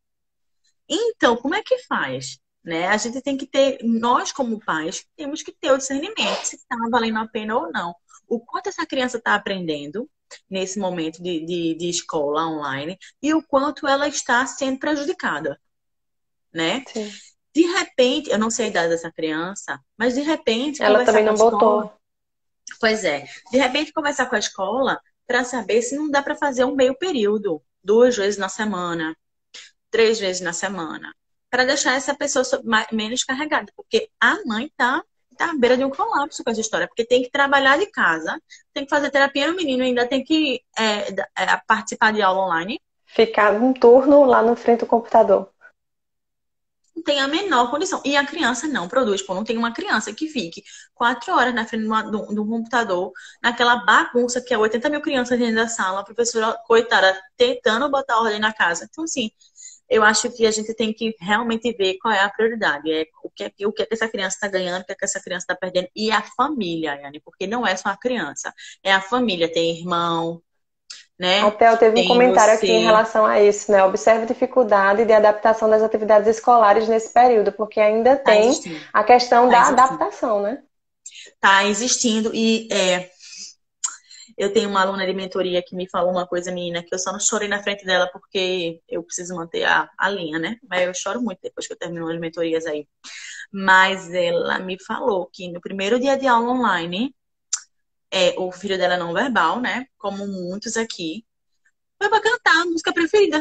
Então, como é que faz? Né? A gente tem que ter, nós como pais, temos que ter o discernimento se está valendo a pena ou não. O quanto essa criança está aprendendo nesse momento de, de, de escola online e o quanto ela está sendo prejudicada, né? Sim. De repente, eu não sei a idade dessa criança, mas de repente Ela conversar também com a não escola. botou. Pois é, de repente conversar com a escola para saber se não dá para fazer um meio período, duas vezes na semana, três vezes na semana, para deixar essa pessoa menos carregada, porque a mãe tá, tá à beira de um colapso com essa história, porque tem que trabalhar de casa, tem que fazer terapia no menino, ainda tem que é, é, participar de aula online. Ficar um turno lá no frente do computador. Não tem a menor condição. E a criança não produz. Pô, não tem uma criança que fique quatro horas na frente do, do computador, naquela bagunça que é oitenta mil crianças dentro da sala, a professora, coitada, tentando botar ordem na casa. Então, assim, eu acho que a gente tem que realmente ver qual é a prioridade. É o que, é, o que, é que essa criança está ganhando, o que, é que essa criança está perdendo. E a família, Yane, porque não é só a criança. É a família. Tem irmão, né? Até eu teve um Tem comentário aqui em você. relação a isso, né? Observe a dificuldade de adaptação das atividades escolares nesse período, porque ainda Tá tem existindo. a questão Tá da existindo. adaptação, né? Tá existindo. E é, eu tenho uma aluna de mentoria que me falou uma coisa, menina, que eu só não chorei na frente dela porque eu preciso manter a, a linha, né? Mas eu choro muito depois que eu termino as mentorias aí. Mas ela me falou que no primeiro dia de aula online, é, o filho dela é não verbal, né? Como muitos aqui, foi pra cantar a música preferida.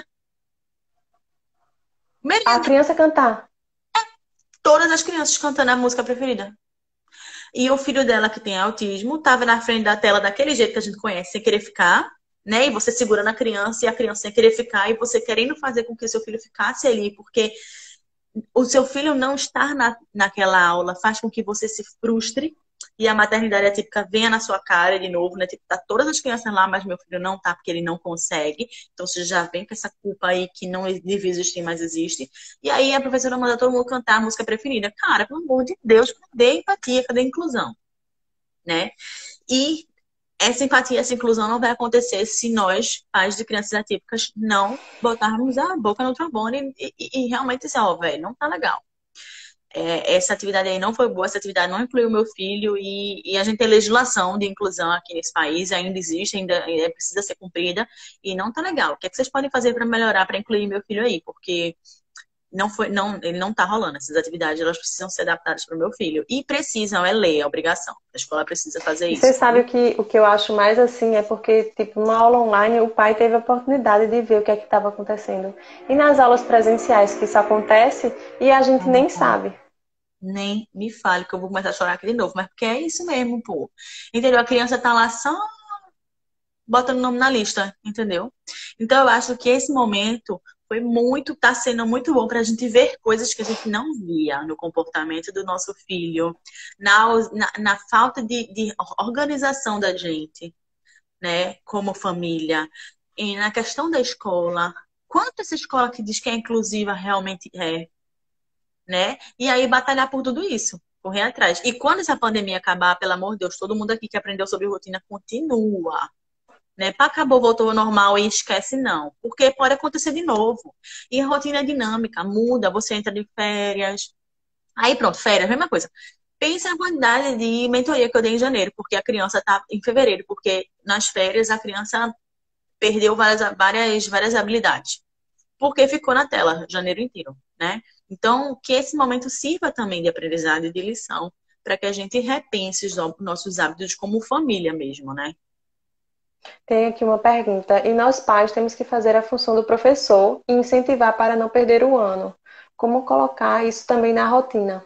Primeiro A dia, criança cantar. todas as crianças cantando a música preferida. E o filho dela, que tem autismo, estava na frente da tela daquele jeito que a gente conhece, sem querer ficar, né? E você segurando a criança e a criança sem querer ficar, e você querendo fazer com que o seu filho ficasse ali, porque o seu filho não estar na, naquela aula faz com que você se frustre e a maternidade atípica venha na sua cara de novo, né? Tipo, tá todas as crianças lá, mas meu filho não tá porque ele não consegue. Então você já vem com essa culpa aí que não devia existir, mas existe. E aí a professora manda todo mundo cantar a música preferida. Cara, pelo amor de Deus, cadê empatia, cadê inclusão? Né? E essa empatia, essa inclusão não vai acontecer se nós, pais de crianças atípicas, não botarmos a boca no trombone e, e, e realmente dizer, ó, velho, não tá legal. É, essa atividade aí não foi boa, essa atividade não incluiu meu filho e, e a gente tem legislação de inclusão aqui nesse país, ainda existe, ainda, ainda precisa ser cumprida e não tá legal. O que é que vocês podem fazer para melhorar, para incluir meu filho aí? Porque não foi, não, ele não tá rolando. Essas atividades, elas precisam ser adaptadas para o meu filho. E precisam, é lei, é obrigação. A escola precisa fazer E isso, você sabe o sabe? que, o que eu acho mais assim é porque, tipo, numa aula online o pai teve a oportunidade de ver o que é que estava acontecendo. E nas aulas presenciais que isso acontece e a gente nem sabe. Nem me fale que eu vou começar a chorar aqui de novo, mas porque é isso mesmo, pô. Entendeu? A criança tá lá só botando o nome na lista, entendeu? Então eu acho que esse momento foi muito, tá sendo muito bom pra gente ver coisas que a gente não via no comportamento do nosso filho, na, na, na falta de, de organização da gente, né, como família, e na questão da escola. Quanto essa escola que diz que é inclusiva realmente é? Né? E aí batalhar por tudo isso, correr atrás. E quando essa pandemia acabar, pelo amor de Deus, todo mundo aqui que aprendeu sobre rotina continua, né? Para acabou, voltou ao normal e esquece não, porque pode acontecer de novo. E a rotina é dinâmica, muda, você entra de férias. Aí pronto, férias, mesma coisa. Pensa na quantidade de mentoria que eu dei em janeiro, porque a criança tá em fevereiro, porque nas férias a criança perdeu várias, várias, várias habilidades porque ficou na tela janeiro inteiro, né? Então, que esse momento sirva também de aprendizado e de lição para que a gente repense os nossos hábitos como família mesmo, né? Tem aqui uma pergunta. E nós pais temos que fazer a função do professor e incentivar para não perder o ano. Como colocar isso também na rotina?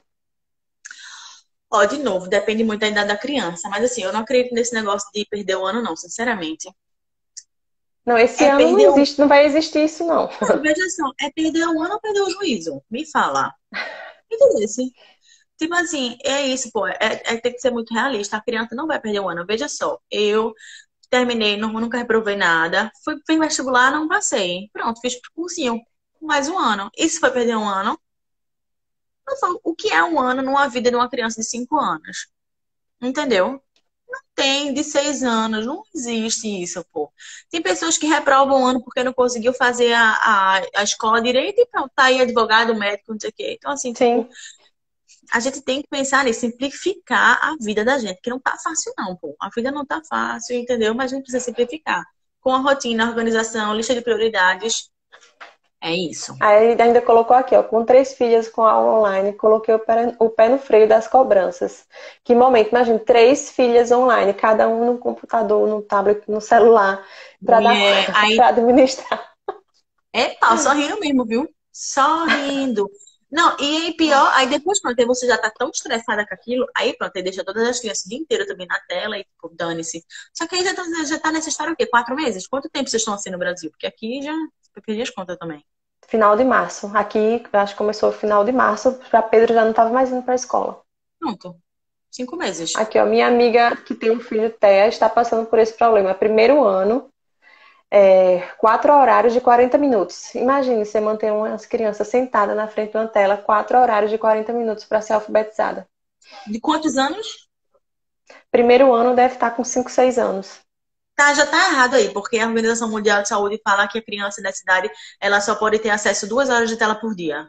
Ó, de novo, depende muito da idade da criança, mas assim, eu não acredito nesse negócio de perder o ano, não, sinceramente. Não, esse É ano não perder o... existe, não vai existir isso, não. Não, veja só, é perder o ano ou perder o juízo? Me fala. Entendeu? Tipo assim, é isso, pô. É, é, tem que ser muito realista. A criança não vai perder um ano. Veja só, eu terminei, não, nunca reprovei nada. Fui, fiz vestibular, não passei. Pronto, fiz cursinho. Mais um ano. E se foi perder um ano? Não foi. O que é um ano numa vida de uma criança de cinco anos? Entendeu? Tem de seis anos, não existe isso, pô. Tem pessoas que reprovam um ano porque não conseguiu fazer a, a, a escola direito e pronto, tá aí advogado, médico, não sei o quê. Então, assim, tipo, Sim. a gente tem que pensar nisso, simplificar a vida da gente, que não tá fácil, não, pô. A vida não tá fácil, entendeu? Mas a gente precisa simplificar. Com a rotina, a organização, lista de prioridades, é isso. Aí ele ainda colocou aqui, ó, com três filhas com aula online, coloquei o pé, o pé no freio das cobranças. Que momento, imagina, três filhas online, cada um no computador, no tablet, no celular, para dar Mulher, aí para administrar. é pau, só rindo mesmo, viu? Só rindo. Não, e aí pior, aí depois, pronto, aí você já tá tão estressada com aquilo, aí pronto, aí deixa todas as crianças o dia inteiro também na tela e tipo, dane-se. Só que aí já tá, já tá nessa história o quê? Quatro meses? Quanto tempo vocês estão assim no Brasil? Porque aqui já eu perdi as contas também. Final de março. Aqui, eu acho que começou final de março, para Pedro já não estava mais indo para a escola. Pronto. Cinco meses. Aqui, ó, minha amiga que tem um filho Thea está passando por esse problema. Primeiro ano, é, quatro horários de quarenta minutos. Imagine você manter umas crianças sentadas na frente de uma tela, quatro horários de quarenta minutos para ser alfabetizada. De quantos anos? Primeiro ano deve estar com cinco, seis anos. Tá, já tá errado aí, porque a Organização Mundial de Saúde fala que a criança nessa idade, ela só pode ter acesso a duas horas de tela por dia.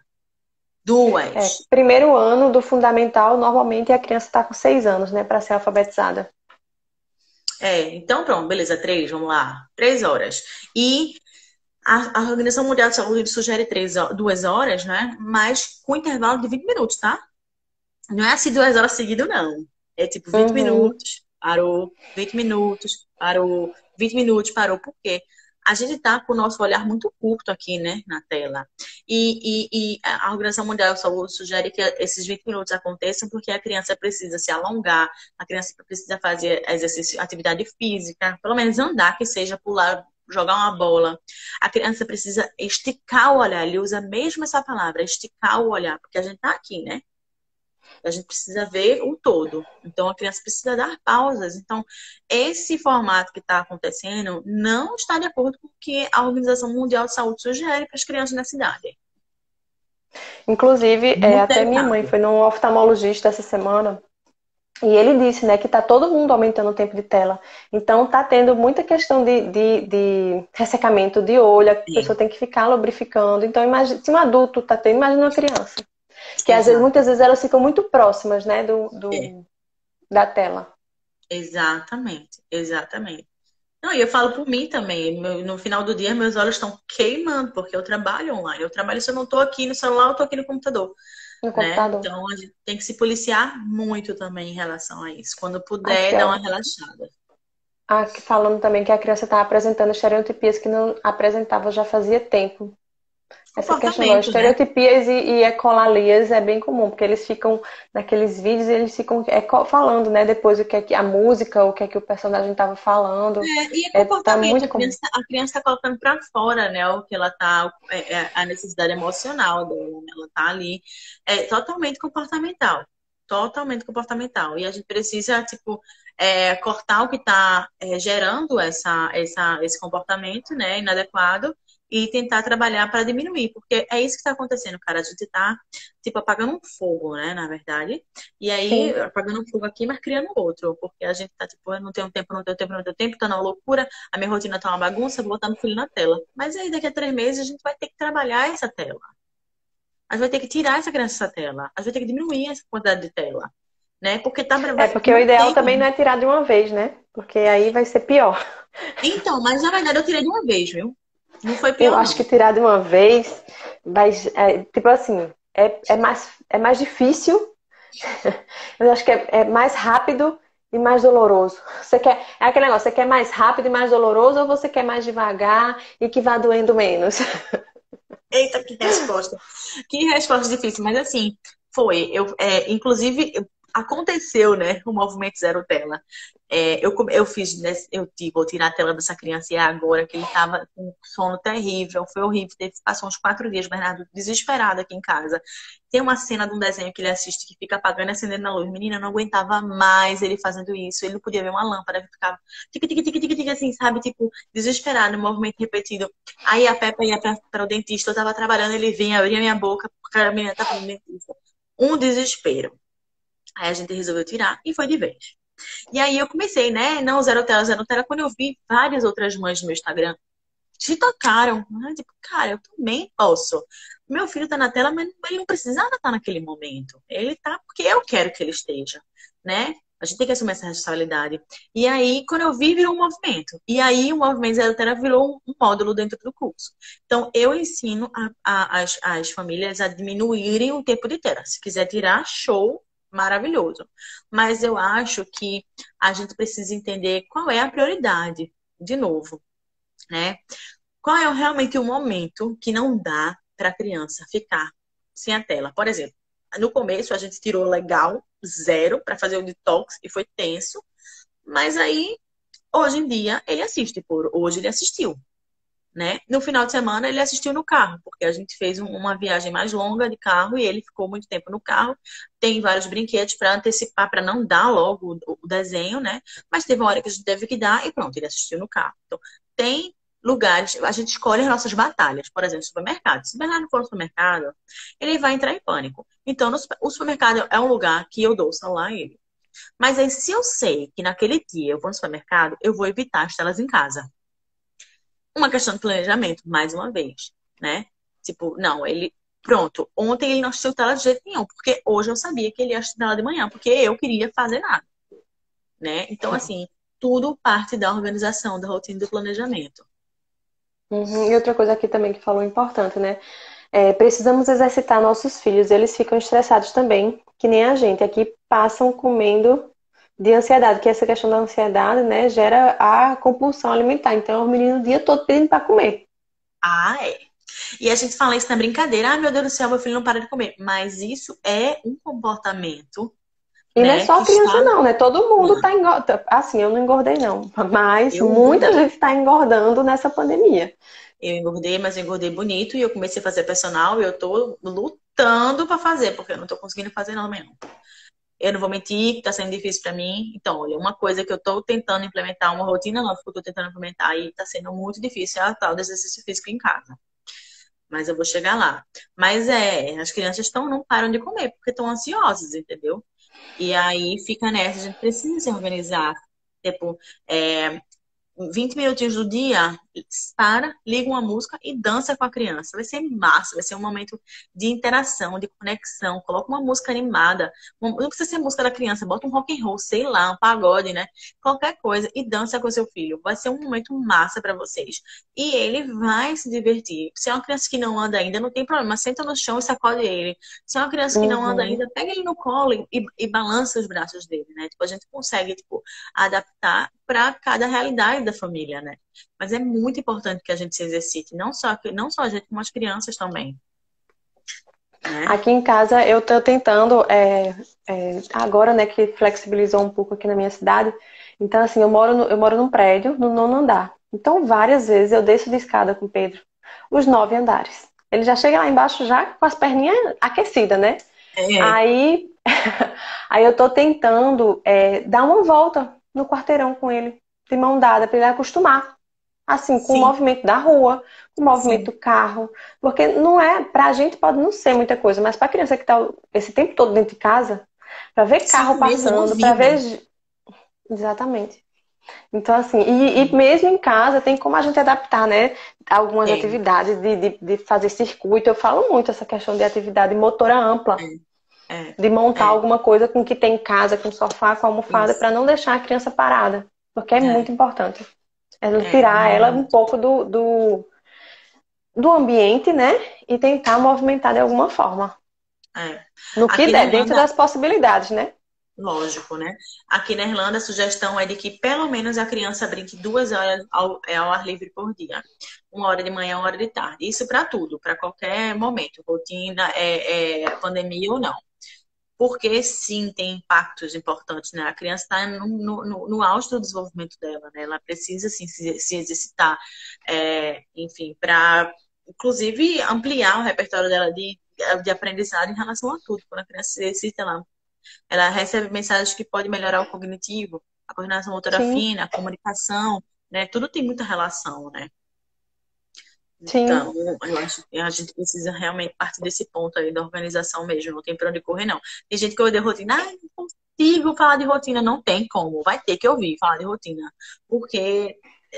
É, Duas. primeiro ano do fundamental, normalmente a criança está com seis anos, né, para ser alfabetizada. É, então pronto, beleza, três, vamos lá. Três horas. E a, a Organização Mundial de Saúde sugere três, ho- duas horas, né? Mas com intervalo de vinte minutos, tá? Não é assim duas horas seguidas, não. É tipo vinte Uhum. minutos, parou, vinte minutos, parou, vinte minutos, parou. Por quê? A gente tá com o nosso olhar muito curto aqui, né, na tela. E, e, e a Organização Mundial de Saúde sugere que esses vinte minutos aconteçam porque a criança precisa se alongar, a criança precisa fazer exercício, atividade física, pelo menos andar, que seja pular, jogar uma bola. A criança precisa esticar o olhar. Ele usa mesmo essa palavra, esticar o olhar, porque a gente tá aqui, né? A gente precisa ver o todo. Então, a criança precisa dar pausas. Então, esse formato que está acontecendo não está de acordo com o que a Organização Mundial de Saúde sugere para as crianças na cidade. Inclusive, é, Muito até minha mãe delicado. foi num oftalmologista essa semana e ele disse, né, que tá todo mundo aumentando o tempo de tela. Então, tá tendo muita questão de, de, de ressecamento de olho, a É, pessoa tem que ficar lubrificando. Então, imagina, se um adulto tá tendo, imagina uma criança. Que às vezes, exato. muitas vezes elas ficam muito próximas, né, do, É, do, da tela. exatamente. Exatamente. Não, e eu falo por mim também. Meu- No final do dia, meus olhos estão queimando, porque eu trabalho online. Eu trabalho se eu não estou aqui no celular, eu estou aqui no computador, No né? computador. Então, a gente tem que se policiar muito também em relação a isso. Quando Aqui, puder, dar uma ó. relaxada. Aqui falando também que a criança está apresentando estereotipias que não apresentava já fazia tempo. Essa questão das Comportamento, né? estereotipias e, e ecolalias é bem comum, porque eles ficam naqueles vídeos e eles ficam eco- falando, né? Depois o que é que a música, o que é que o personagem estava falando. É, e é É, tá comportamento. muito A comum. criança, a criança está colocando para fora, né? O que ela tá, é, é a necessidade emocional dela, né? Ela tá ali. É totalmente comportamental. Totalmente comportamental. E a gente precisa, tipo, é, cortar o que está gerando essa, essa, esse comportamento, né? Inadequado e tentar trabalhar para diminuir. Porque é isso que está acontecendo, cara. A gente está, tipo, apagando um fogo, né? Na verdade. E aí, Sim. apagando um fogo aqui, mas criando outro. Porque a gente tá, tipo, eu não tenho tempo, não tenho tempo, não tenho tempo, tá na loucura, a minha rotina tá uma bagunça, vou botar meu filho na tela. Mas aí, daqui a três meses, a gente vai ter que trabalhar essa tela. A gente vai ter que tirar essa criança dessa tela. A gente vai ter que diminuir essa quantidade de tela. Né? Porque tá, É vai, porque o não ideal tem. também não é tirar de uma vez, né? Porque aí vai ser pior. Então, mas na verdade eu tirei de uma vez, viu? Não foi Eu pior, acho que não. tirar de uma vez vai, é, tipo assim, é, é mais, é mais difícil. Eu acho que é, é mais rápido e mais doloroso. Você quer, é aquele negócio, você quer mais rápido e mais doloroso ou você quer mais devagar e que vá doendo menos? Eita, que resposta. Que resposta difícil, mas assim, foi. Eu, é, inclusive, eu aconteceu, né? O movimento zero tela. É, eu, come- eu fiz, né, eu tive, vou tirar a tela dessa criança e é agora que ele tava com um sono terrível, foi horrível. Teve, passou uns quatro dias, Bernardo, desesperado aqui em casa. Tem uma cena de um desenho que ele assiste que fica apagando e acendendo na luz. Menina, eu não aguentava mais ele fazendo isso. Ele não podia ver uma lâmpada, ele ficava tique, tique, tique, tique, tique, assim, sabe? Tipo, desesperado, um movimento repetido. Aí a Peppa ia pra- para o dentista, eu tava trabalhando, ele vinha, abria minha boca, porque a menina tava no dentista. Um desespero. Aí a gente resolveu tirar e foi de vez. E aí eu comecei, né? Não, zero tela, zero tela. Quando eu vi várias outras mães no meu Instagram se tocaram. Né? Tipo, cara, eu também posso. Meu filho tá na tela, mas ele não precisava estar naquele momento. Ele tá porque eu quero que ele esteja, né? A gente tem que assumir essa responsabilidade. E aí, quando eu vi, virou um movimento. E aí, o movimento zero tela virou um módulo dentro do curso. Então, eu ensino a, a, as, as famílias a diminuírem o tempo de tela. Se quiser tirar, show, maravilhoso. Mas eu acho que a gente precisa entender qual é a prioridade. De novo, né? Qual é realmente o momento que não dá para a criança ficar sem a tela? Por exemplo, no começo a gente tirou legal, zero, para fazer o detox e foi tenso, mas aí, hoje em dia, ele assiste. Por hoje ele assistiu, né? No final de semana ele assistiu no carro, porque a gente fez um- uma viagem mais longa de carro e ele ficou muito tempo no carro. Tem vários brinquedos para antecipar, para não dar logo o, o desenho, né? Mas teve uma hora que a gente teve que dar e pronto, ele assistiu no carro. Então, tem lugares, a gente escolhe as nossas batalhas. Por exemplo, supermercado. Se o Bernardo for no supermercado, ele vai entrar em pânico. Então, no super- o supermercado é um lugar que eu dou o celular a ele. Mas aí, se eu sei que naquele dia eu vou no supermercado, eu vou evitar as telas em casa. Uma questão de planejamento, mais uma vez, né? Tipo, não, ele. Pronto, ontem ele não assistiu tela de jeito nenhum, porque hoje eu sabia que ele ia assistir tela de manhã, porque eu queria fazer nada, né? Então, assim, tudo parte da organização, da rotina do planejamento. Uhum. E outra coisa aqui também que falou importante, né? É, precisamos exercitar nossos filhos, eles ficam estressados também, que nem a gente. Aqui passam comendo de ansiedade, que essa questão da ansiedade, né, gera a compulsão alimentar. Então, o menino o dia todo pedindo para comer. Ah, é. E a gente fala isso na brincadeira, ah, meu Deus do céu, meu filho não para de comer. Mas isso é um comportamento, E não é né, só que a criança, está. não, né? Todo mundo tá engordando. Assim, eu não engordei, não. Mas Eu muita engordei. gente está engordando nessa pandemia. Eu engordei, mas eu engordei bonito e eu comecei a fazer personal e eu tô lutando pra fazer, porque eu não tô conseguindo fazer não mesmo. Eu não vou mentir que tá sendo difícil pra mim. Então, olha, uma coisa que eu tô tentando implementar, uma rotina nova que eu tô tentando implementar e tá sendo muito difícil é a tal do exercício físico em casa. Mas eu vou chegar lá. Mas é, as crianças estão, não param de comer porque estão ansiosas, entendeu? E aí fica nessa, a gente precisa se organizar. Tipo, é, vinte minutinhos do dia, para, liga uma música e dança com a criança. Vai ser massa, vai ser um momento de interação, de conexão. Coloca uma música animada. Não precisa ser música da criança, bota um rock and roll, sei lá, um pagode, né? Qualquer coisa e dança com seu filho. Vai ser um momento massa para vocês. E ele vai se divertir. Se é uma criança que não anda ainda, não tem problema. Senta no chão e sacode ele. Se é uma criança que não anda Uhum. ainda, pega ele no colo e, e, e balança os braços dele, né? Tipo, a gente consegue, tipo, adaptar para cada realidade da família, né? Mas é muito importante que a gente se exercite, não só, não só a gente, como as crianças também, né? Aqui em casa eu tô tentando, é, é, agora, né, que flexibilizou um pouco aqui na minha cidade. Então, assim, eu moro, no, eu moro num prédio, no nono andar. Então, várias vezes eu desço de escada com o Pedro, os nove andares. Ele já chega lá embaixo já com as perninhas aquecidas, né? É, Aí, aí eu tô tentando é, dar uma volta no quarteirão com ele, de mão dada, para ele acostumar. Assim, com o sim, movimento da rua, com o movimento sim. do carro. Porque não é, pra gente pode não ser muita coisa, mas pra criança que tá esse tempo todo dentro de casa, pra ver carro Cinco meses não passando, pra vive. ver. Exatamente. Então, assim, e, e mesmo em casa tem como a gente adaptar, né? Algumas Tem, atividades de, de, de fazer circuito. Eu falo muito essa questão de atividade motora ampla, é, de montar é, alguma coisa com o que tem em casa, com sofá, com almofada, isso, para não deixar a criança parada. Porque é é, muito importante. É é, tirar ela um muito, pouco do, do, do ambiente, né? E tentar movimentar de alguma forma. é. No que Aqui na der, dentro Irlanda, das possibilidades, né? lógico, né? Aqui na Irlanda, a sugestão é de que pelo menos a criança brinque duas horas ao, é, ao ar livre por dia. Uma hora de manhã, uma hora de tarde. Isso para tudo, para qualquer momento, rotina, é, é, pandemia ou não. porque sim, tem impactos importantes, né? A criança está no, no, no auge do desenvolvimento dela, né? Ela precisa, sim, se, se exercitar, é, enfim, para, inclusive, ampliar o repertório dela de, de aprendizado em relação a tudo. Quando a criança se exercita, ela, ela recebe mensagens que podem melhorar o cognitivo, a coordenação motora Sim, fina, a comunicação, né? Tudo tem muita relação, né? sim. Então, eu acho que a gente precisa realmente partir desse ponto aí da organização mesmo, não tem pra onde correr, não. Tem gente que odeia rotina, ah, não consigo falar de rotina, não tem como, vai ter que ouvir falar de rotina, porque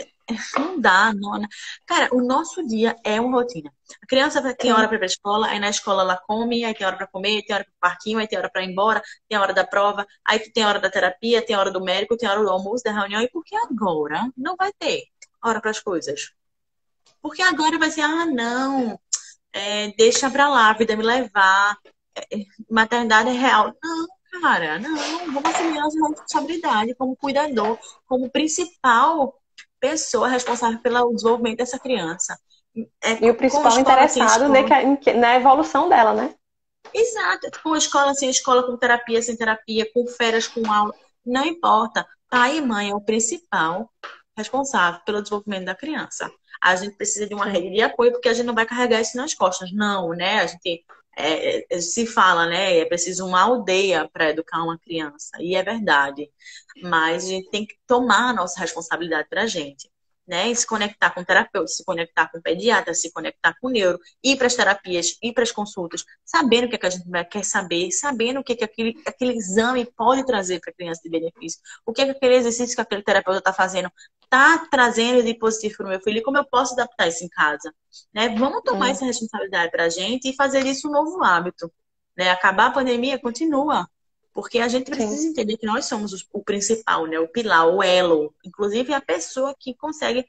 não dá, não. Cara, o nosso dia é uma rotina. A criança tem hora Sim. para ir pra escola, aí na escola ela come, aí tem hora para comer, tem hora para o parquinho, aí tem hora para ir embora, tem a hora da prova, aí tem a hora da terapia, tem a hora do médico, tem a hora do almoço, da reunião, e por que agora não vai ter hora para as coisas? Porque agora vai ser, ah, não, é, deixa pra lá, a vida me levar, é, maternidade é real. Não, cara, não, vamos assumir a nossa responsabilidade como cuidador, como principal pessoa responsável pelo desenvolvimento dessa criança. É, E o com principal escola sem interessado, né, escola. que é- em que- na evolução dela, né? Exato, com escola sem escola, com terapia sem terapia, com férias, com aula, não importa. Pai e mãe é o principal responsável pelo desenvolvimento da criança. A gente precisa de uma Sim. rede de apoio porque a gente não vai carregar isso nas costas. Não, né? A gente é, é, se fala, né? É preciso uma aldeia para educar uma criança. E é verdade. Mas a gente tem que tomar a nossa responsabilidade para a gente. Né? E se conectar com o terapeuta, se conectar com o pediatra, se conectar com o neuro, ir para as terapias, ir para as consultas, sabendo o que, é que a gente quer saber, sabendo o que, é que aquele, aquele exame pode trazer para a criança de benefício, o que, é que aquele exercício que aquele terapeuta está fazendo está trazendo de positivo para o meu filho e como eu posso adaptar isso em casa. Né? Vamos tomar Hum, essa responsabilidade para a gente e fazer isso um novo hábito. Né? Acabar a pandemia, continua. Porque a gente sim. precisa entender que nós somos o principal, né? O pilar, o elo. Inclusive, a pessoa que consegue,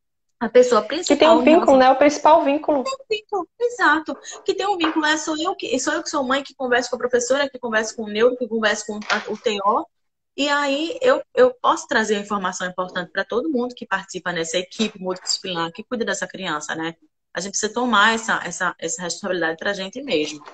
a pessoa Que tem um principal em vínculo, relação né? O principal vínculo. ao vínculo. Exato. Que tem um vínculo, é sou eu que sou eu que sou mãe, que converso com a professora, que converso com o neuro, que converso com a- o T O. E aí eu, eu posso trazer informação importante para todo mundo que participa nessa equipe multidisciplinar, que cuida dessa criança, né? A gente precisa tomar essa, essa, essa responsabilidade para a gente mesmo.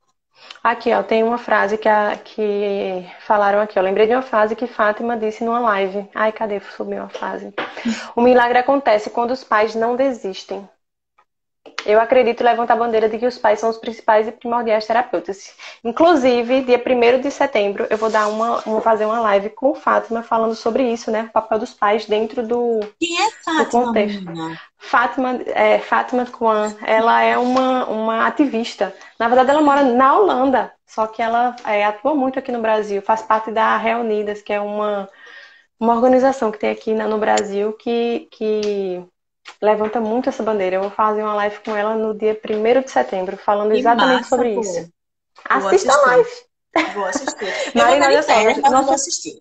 Aqui, ó, tem uma frase que, a, que falaram aqui. Eu lembrei de uma frase que Fátima disse numa live. Ai, cadê? Sumiu a frase. O milagre acontece quando os pais não desistem. Eu acredito e levanto a bandeira de que os pais são os principais e primordiais terapeutas. Inclusive, dia primeiro de setembro, eu vou dar uma, vou fazer uma live com Fátima falando sobre isso, né? O papel dos pais dentro do, Quem é do Fátima, contexto. menina? Fátima, é, Fátima Kwan, ela é uma, uma ativista. Na verdade, ela mora na Holanda, só que ela é, atua muito aqui no Brasil. Faz parte da Reunidas, que é uma, uma organização que tem aqui na- no Brasil que, que levanta muito essa bandeira. Eu vou fazer uma live com ela no dia primeiro de setembro, falando Que exatamente massa, sobre isso. pô. Vou Assista a assistir. live. Vou assistir. Eu vou Marina, estar de olha só, férias, mas eu vou nosso, assistir.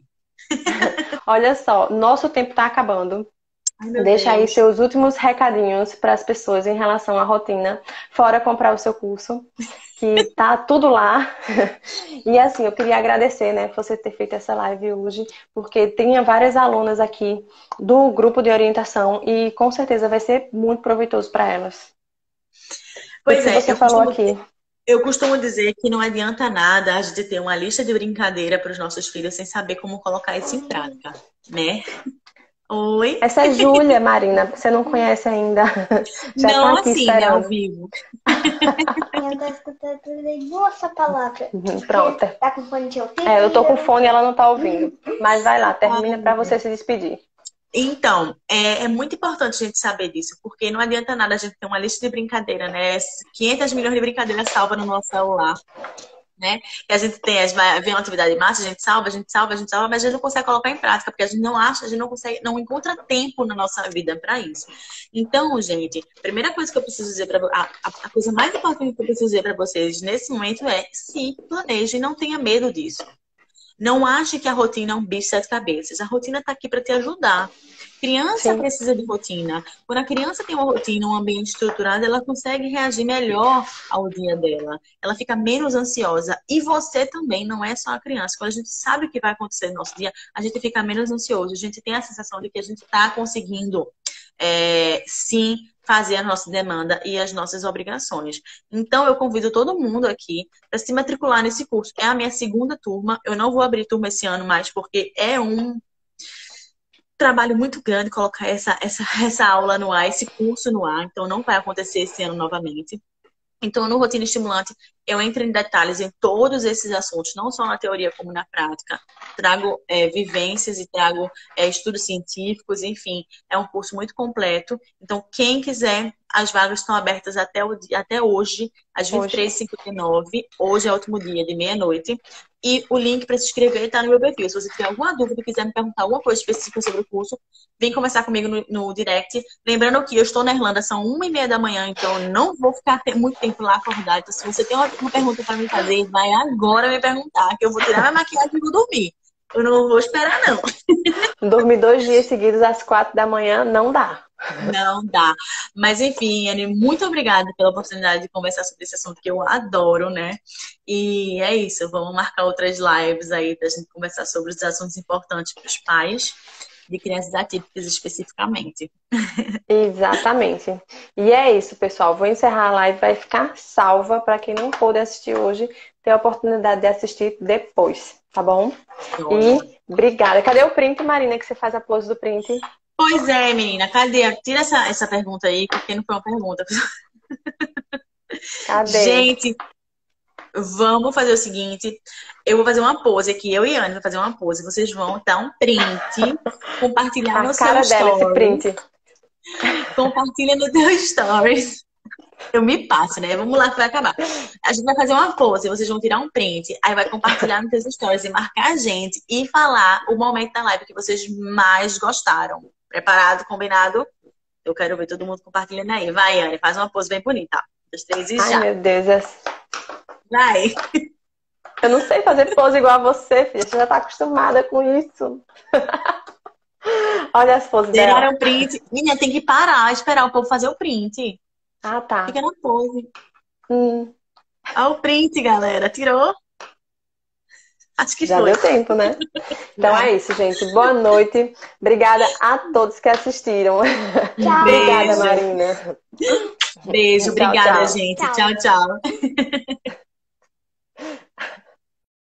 olha só, nosso tempo está acabando. Ai, meu Deixa aí Deus. seus últimos recadinhos para as pessoas em relação à rotina, fora comprar o seu curso, que tá tudo lá. E assim, eu queria agradecer, né, por você ter feito essa live hoje, porque tinha várias alunas aqui do grupo de orientação e com certeza vai ser muito proveitoso para elas. Tudo Pois que é, você eu falou costumo, aqui. eu costumo dizer que não adianta nada a gente ter uma lista de brincadeira para os nossos filhos sem saber como colocar isso em prática, né? Oi? Essa é Júlia, Marina, você não conhece ainda. Já tá Não aqui assim, né, ao esperando. vivo. Eu tô escutando tudo essa palavra. Uhum, Porque pronto. tá com fone de ouvido. É, eu tô com e fone e ela não tá ouvindo. Mas vai lá, Ai, termina para meu Deus. você se despedir. Então, é, é muito importante a gente saber disso, porque não adianta nada a gente ter uma lista de brincadeira, né? quinhentas milhões de brincadeiras salvas no nosso celular. Né? E a gente tem, a gente vai ver uma atividade em massa, a gente salva, a gente salva, a gente salva, mas a gente não consegue colocar em prática, porque a gente não acha, a gente não consegue, não encontra tempo na nossa vida para isso. Então, gente, a primeira coisa que eu preciso dizer para a, a, a coisa mais importante que eu preciso dizer para vocês nesse momento é se planeje e não tenha medo disso. Não ache que a rotina é um bicho de sete cabeças. A rotina está aqui para te ajudar. Criança Sim. precisa de rotina. Quando a criança tem uma rotina, um ambiente estruturado, ela consegue reagir melhor ao dia dela. Ela fica menos ansiosa. E você também, não é só a criança. Quando a gente sabe o que vai acontecer no nosso dia, a gente fica menos ansioso. A gente tem a sensação de que a gente está conseguindo, é, sim, fazer a nossa demanda e as nossas obrigações. Então, eu convido todo mundo aqui para se matricular nesse curso. É a minha segunda turma. Eu não vou abrir turma esse ano mais, porque é um trabalho muito grande colocar essa, essa, essa aula no ar, esse curso no ar. Então, não vai acontecer esse ano novamente. Então, no Rotina Estimulante, eu entro em detalhes em todos esses assuntos, não só na teoria como na prática. Trago é, vivências e trago é, estudos científicos, enfim, é um curso muito completo. Então, quem quiser, as vagas estão abertas até, o, até hoje, às vinte e três e cinquenta e nove. Hoje é o último dia, de meia-noite. E o link para se inscrever está no meu perfil. Se você tiver alguma dúvida e quiser me perguntar alguma coisa específica sobre o curso, vem conversar comigo no, no direct. Lembrando que eu estou na Irlanda, são uma e meia da manhã, então eu não vou ficar muito tempo lá acordada. Então, se você tem uma, uma pergunta para me fazer, vai agora me perguntar, que eu vou tirar minha maquiagem e vou dormir. Eu não vou esperar, não. Dormir dois dias seguidos às quatro da manhã não dá. Não dá. Mas enfim, Anne, muito obrigada pela oportunidade de conversar sobre esse assunto que eu adoro, né? E é isso, vamos marcar outras lives aí pra gente conversar sobre os assuntos importantes para os pais de crianças atípicas especificamente. Exatamente. E é isso, pessoal. Vou encerrar a live, vai ficar salva para quem não pôde assistir hoje, ter a oportunidade de assistir depois, tá bom? E obrigada. Cadê o print, Marina, que você faz a pose do print? Pois é, menina. Cadê? Tira essa, essa pergunta aí, porque não foi uma pergunta. Cadê? Gente, vamos fazer o seguinte. Eu vou fazer uma pose aqui. Eu e a Anne vamos fazer uma pose. Vocês vão dar um print, compartilhar a no cara seu dela, stories. esse print. Compartilha no teu stories. Eu me passo, né? Vamos lá que vai acabar. A gente vai fazer uma pose, vocês vão tirar um print, aí vai compartilhar nos teus stories e marcar a gente e falar o momento da live que vocês mais gostaram. Preparado? Combinado? Eu quero ver todo mundo compartilhando aí. Vai, Anne, faz uma pose bem bonita. Dos três e já. Ai, meu Deus. Vai. Eu não sei fazer pose igual a você, filha. Você já tá acostumada com isso. Olha as poses dela. Tiraram print. Menina, tem que parar, esperar o povo fazer o print. Ah, tá. Fica na pose. Hum. Olha o print, galera. Tirou? Acho que Já foi. deu tempo, né? Então é isso, gente. Boa noite. Obrigada a todos que assistiram. Tchau. Obrigada, Marina. Beijo, Tchau, obrigada, tchau. gente. Tchau. Tchau, tchau.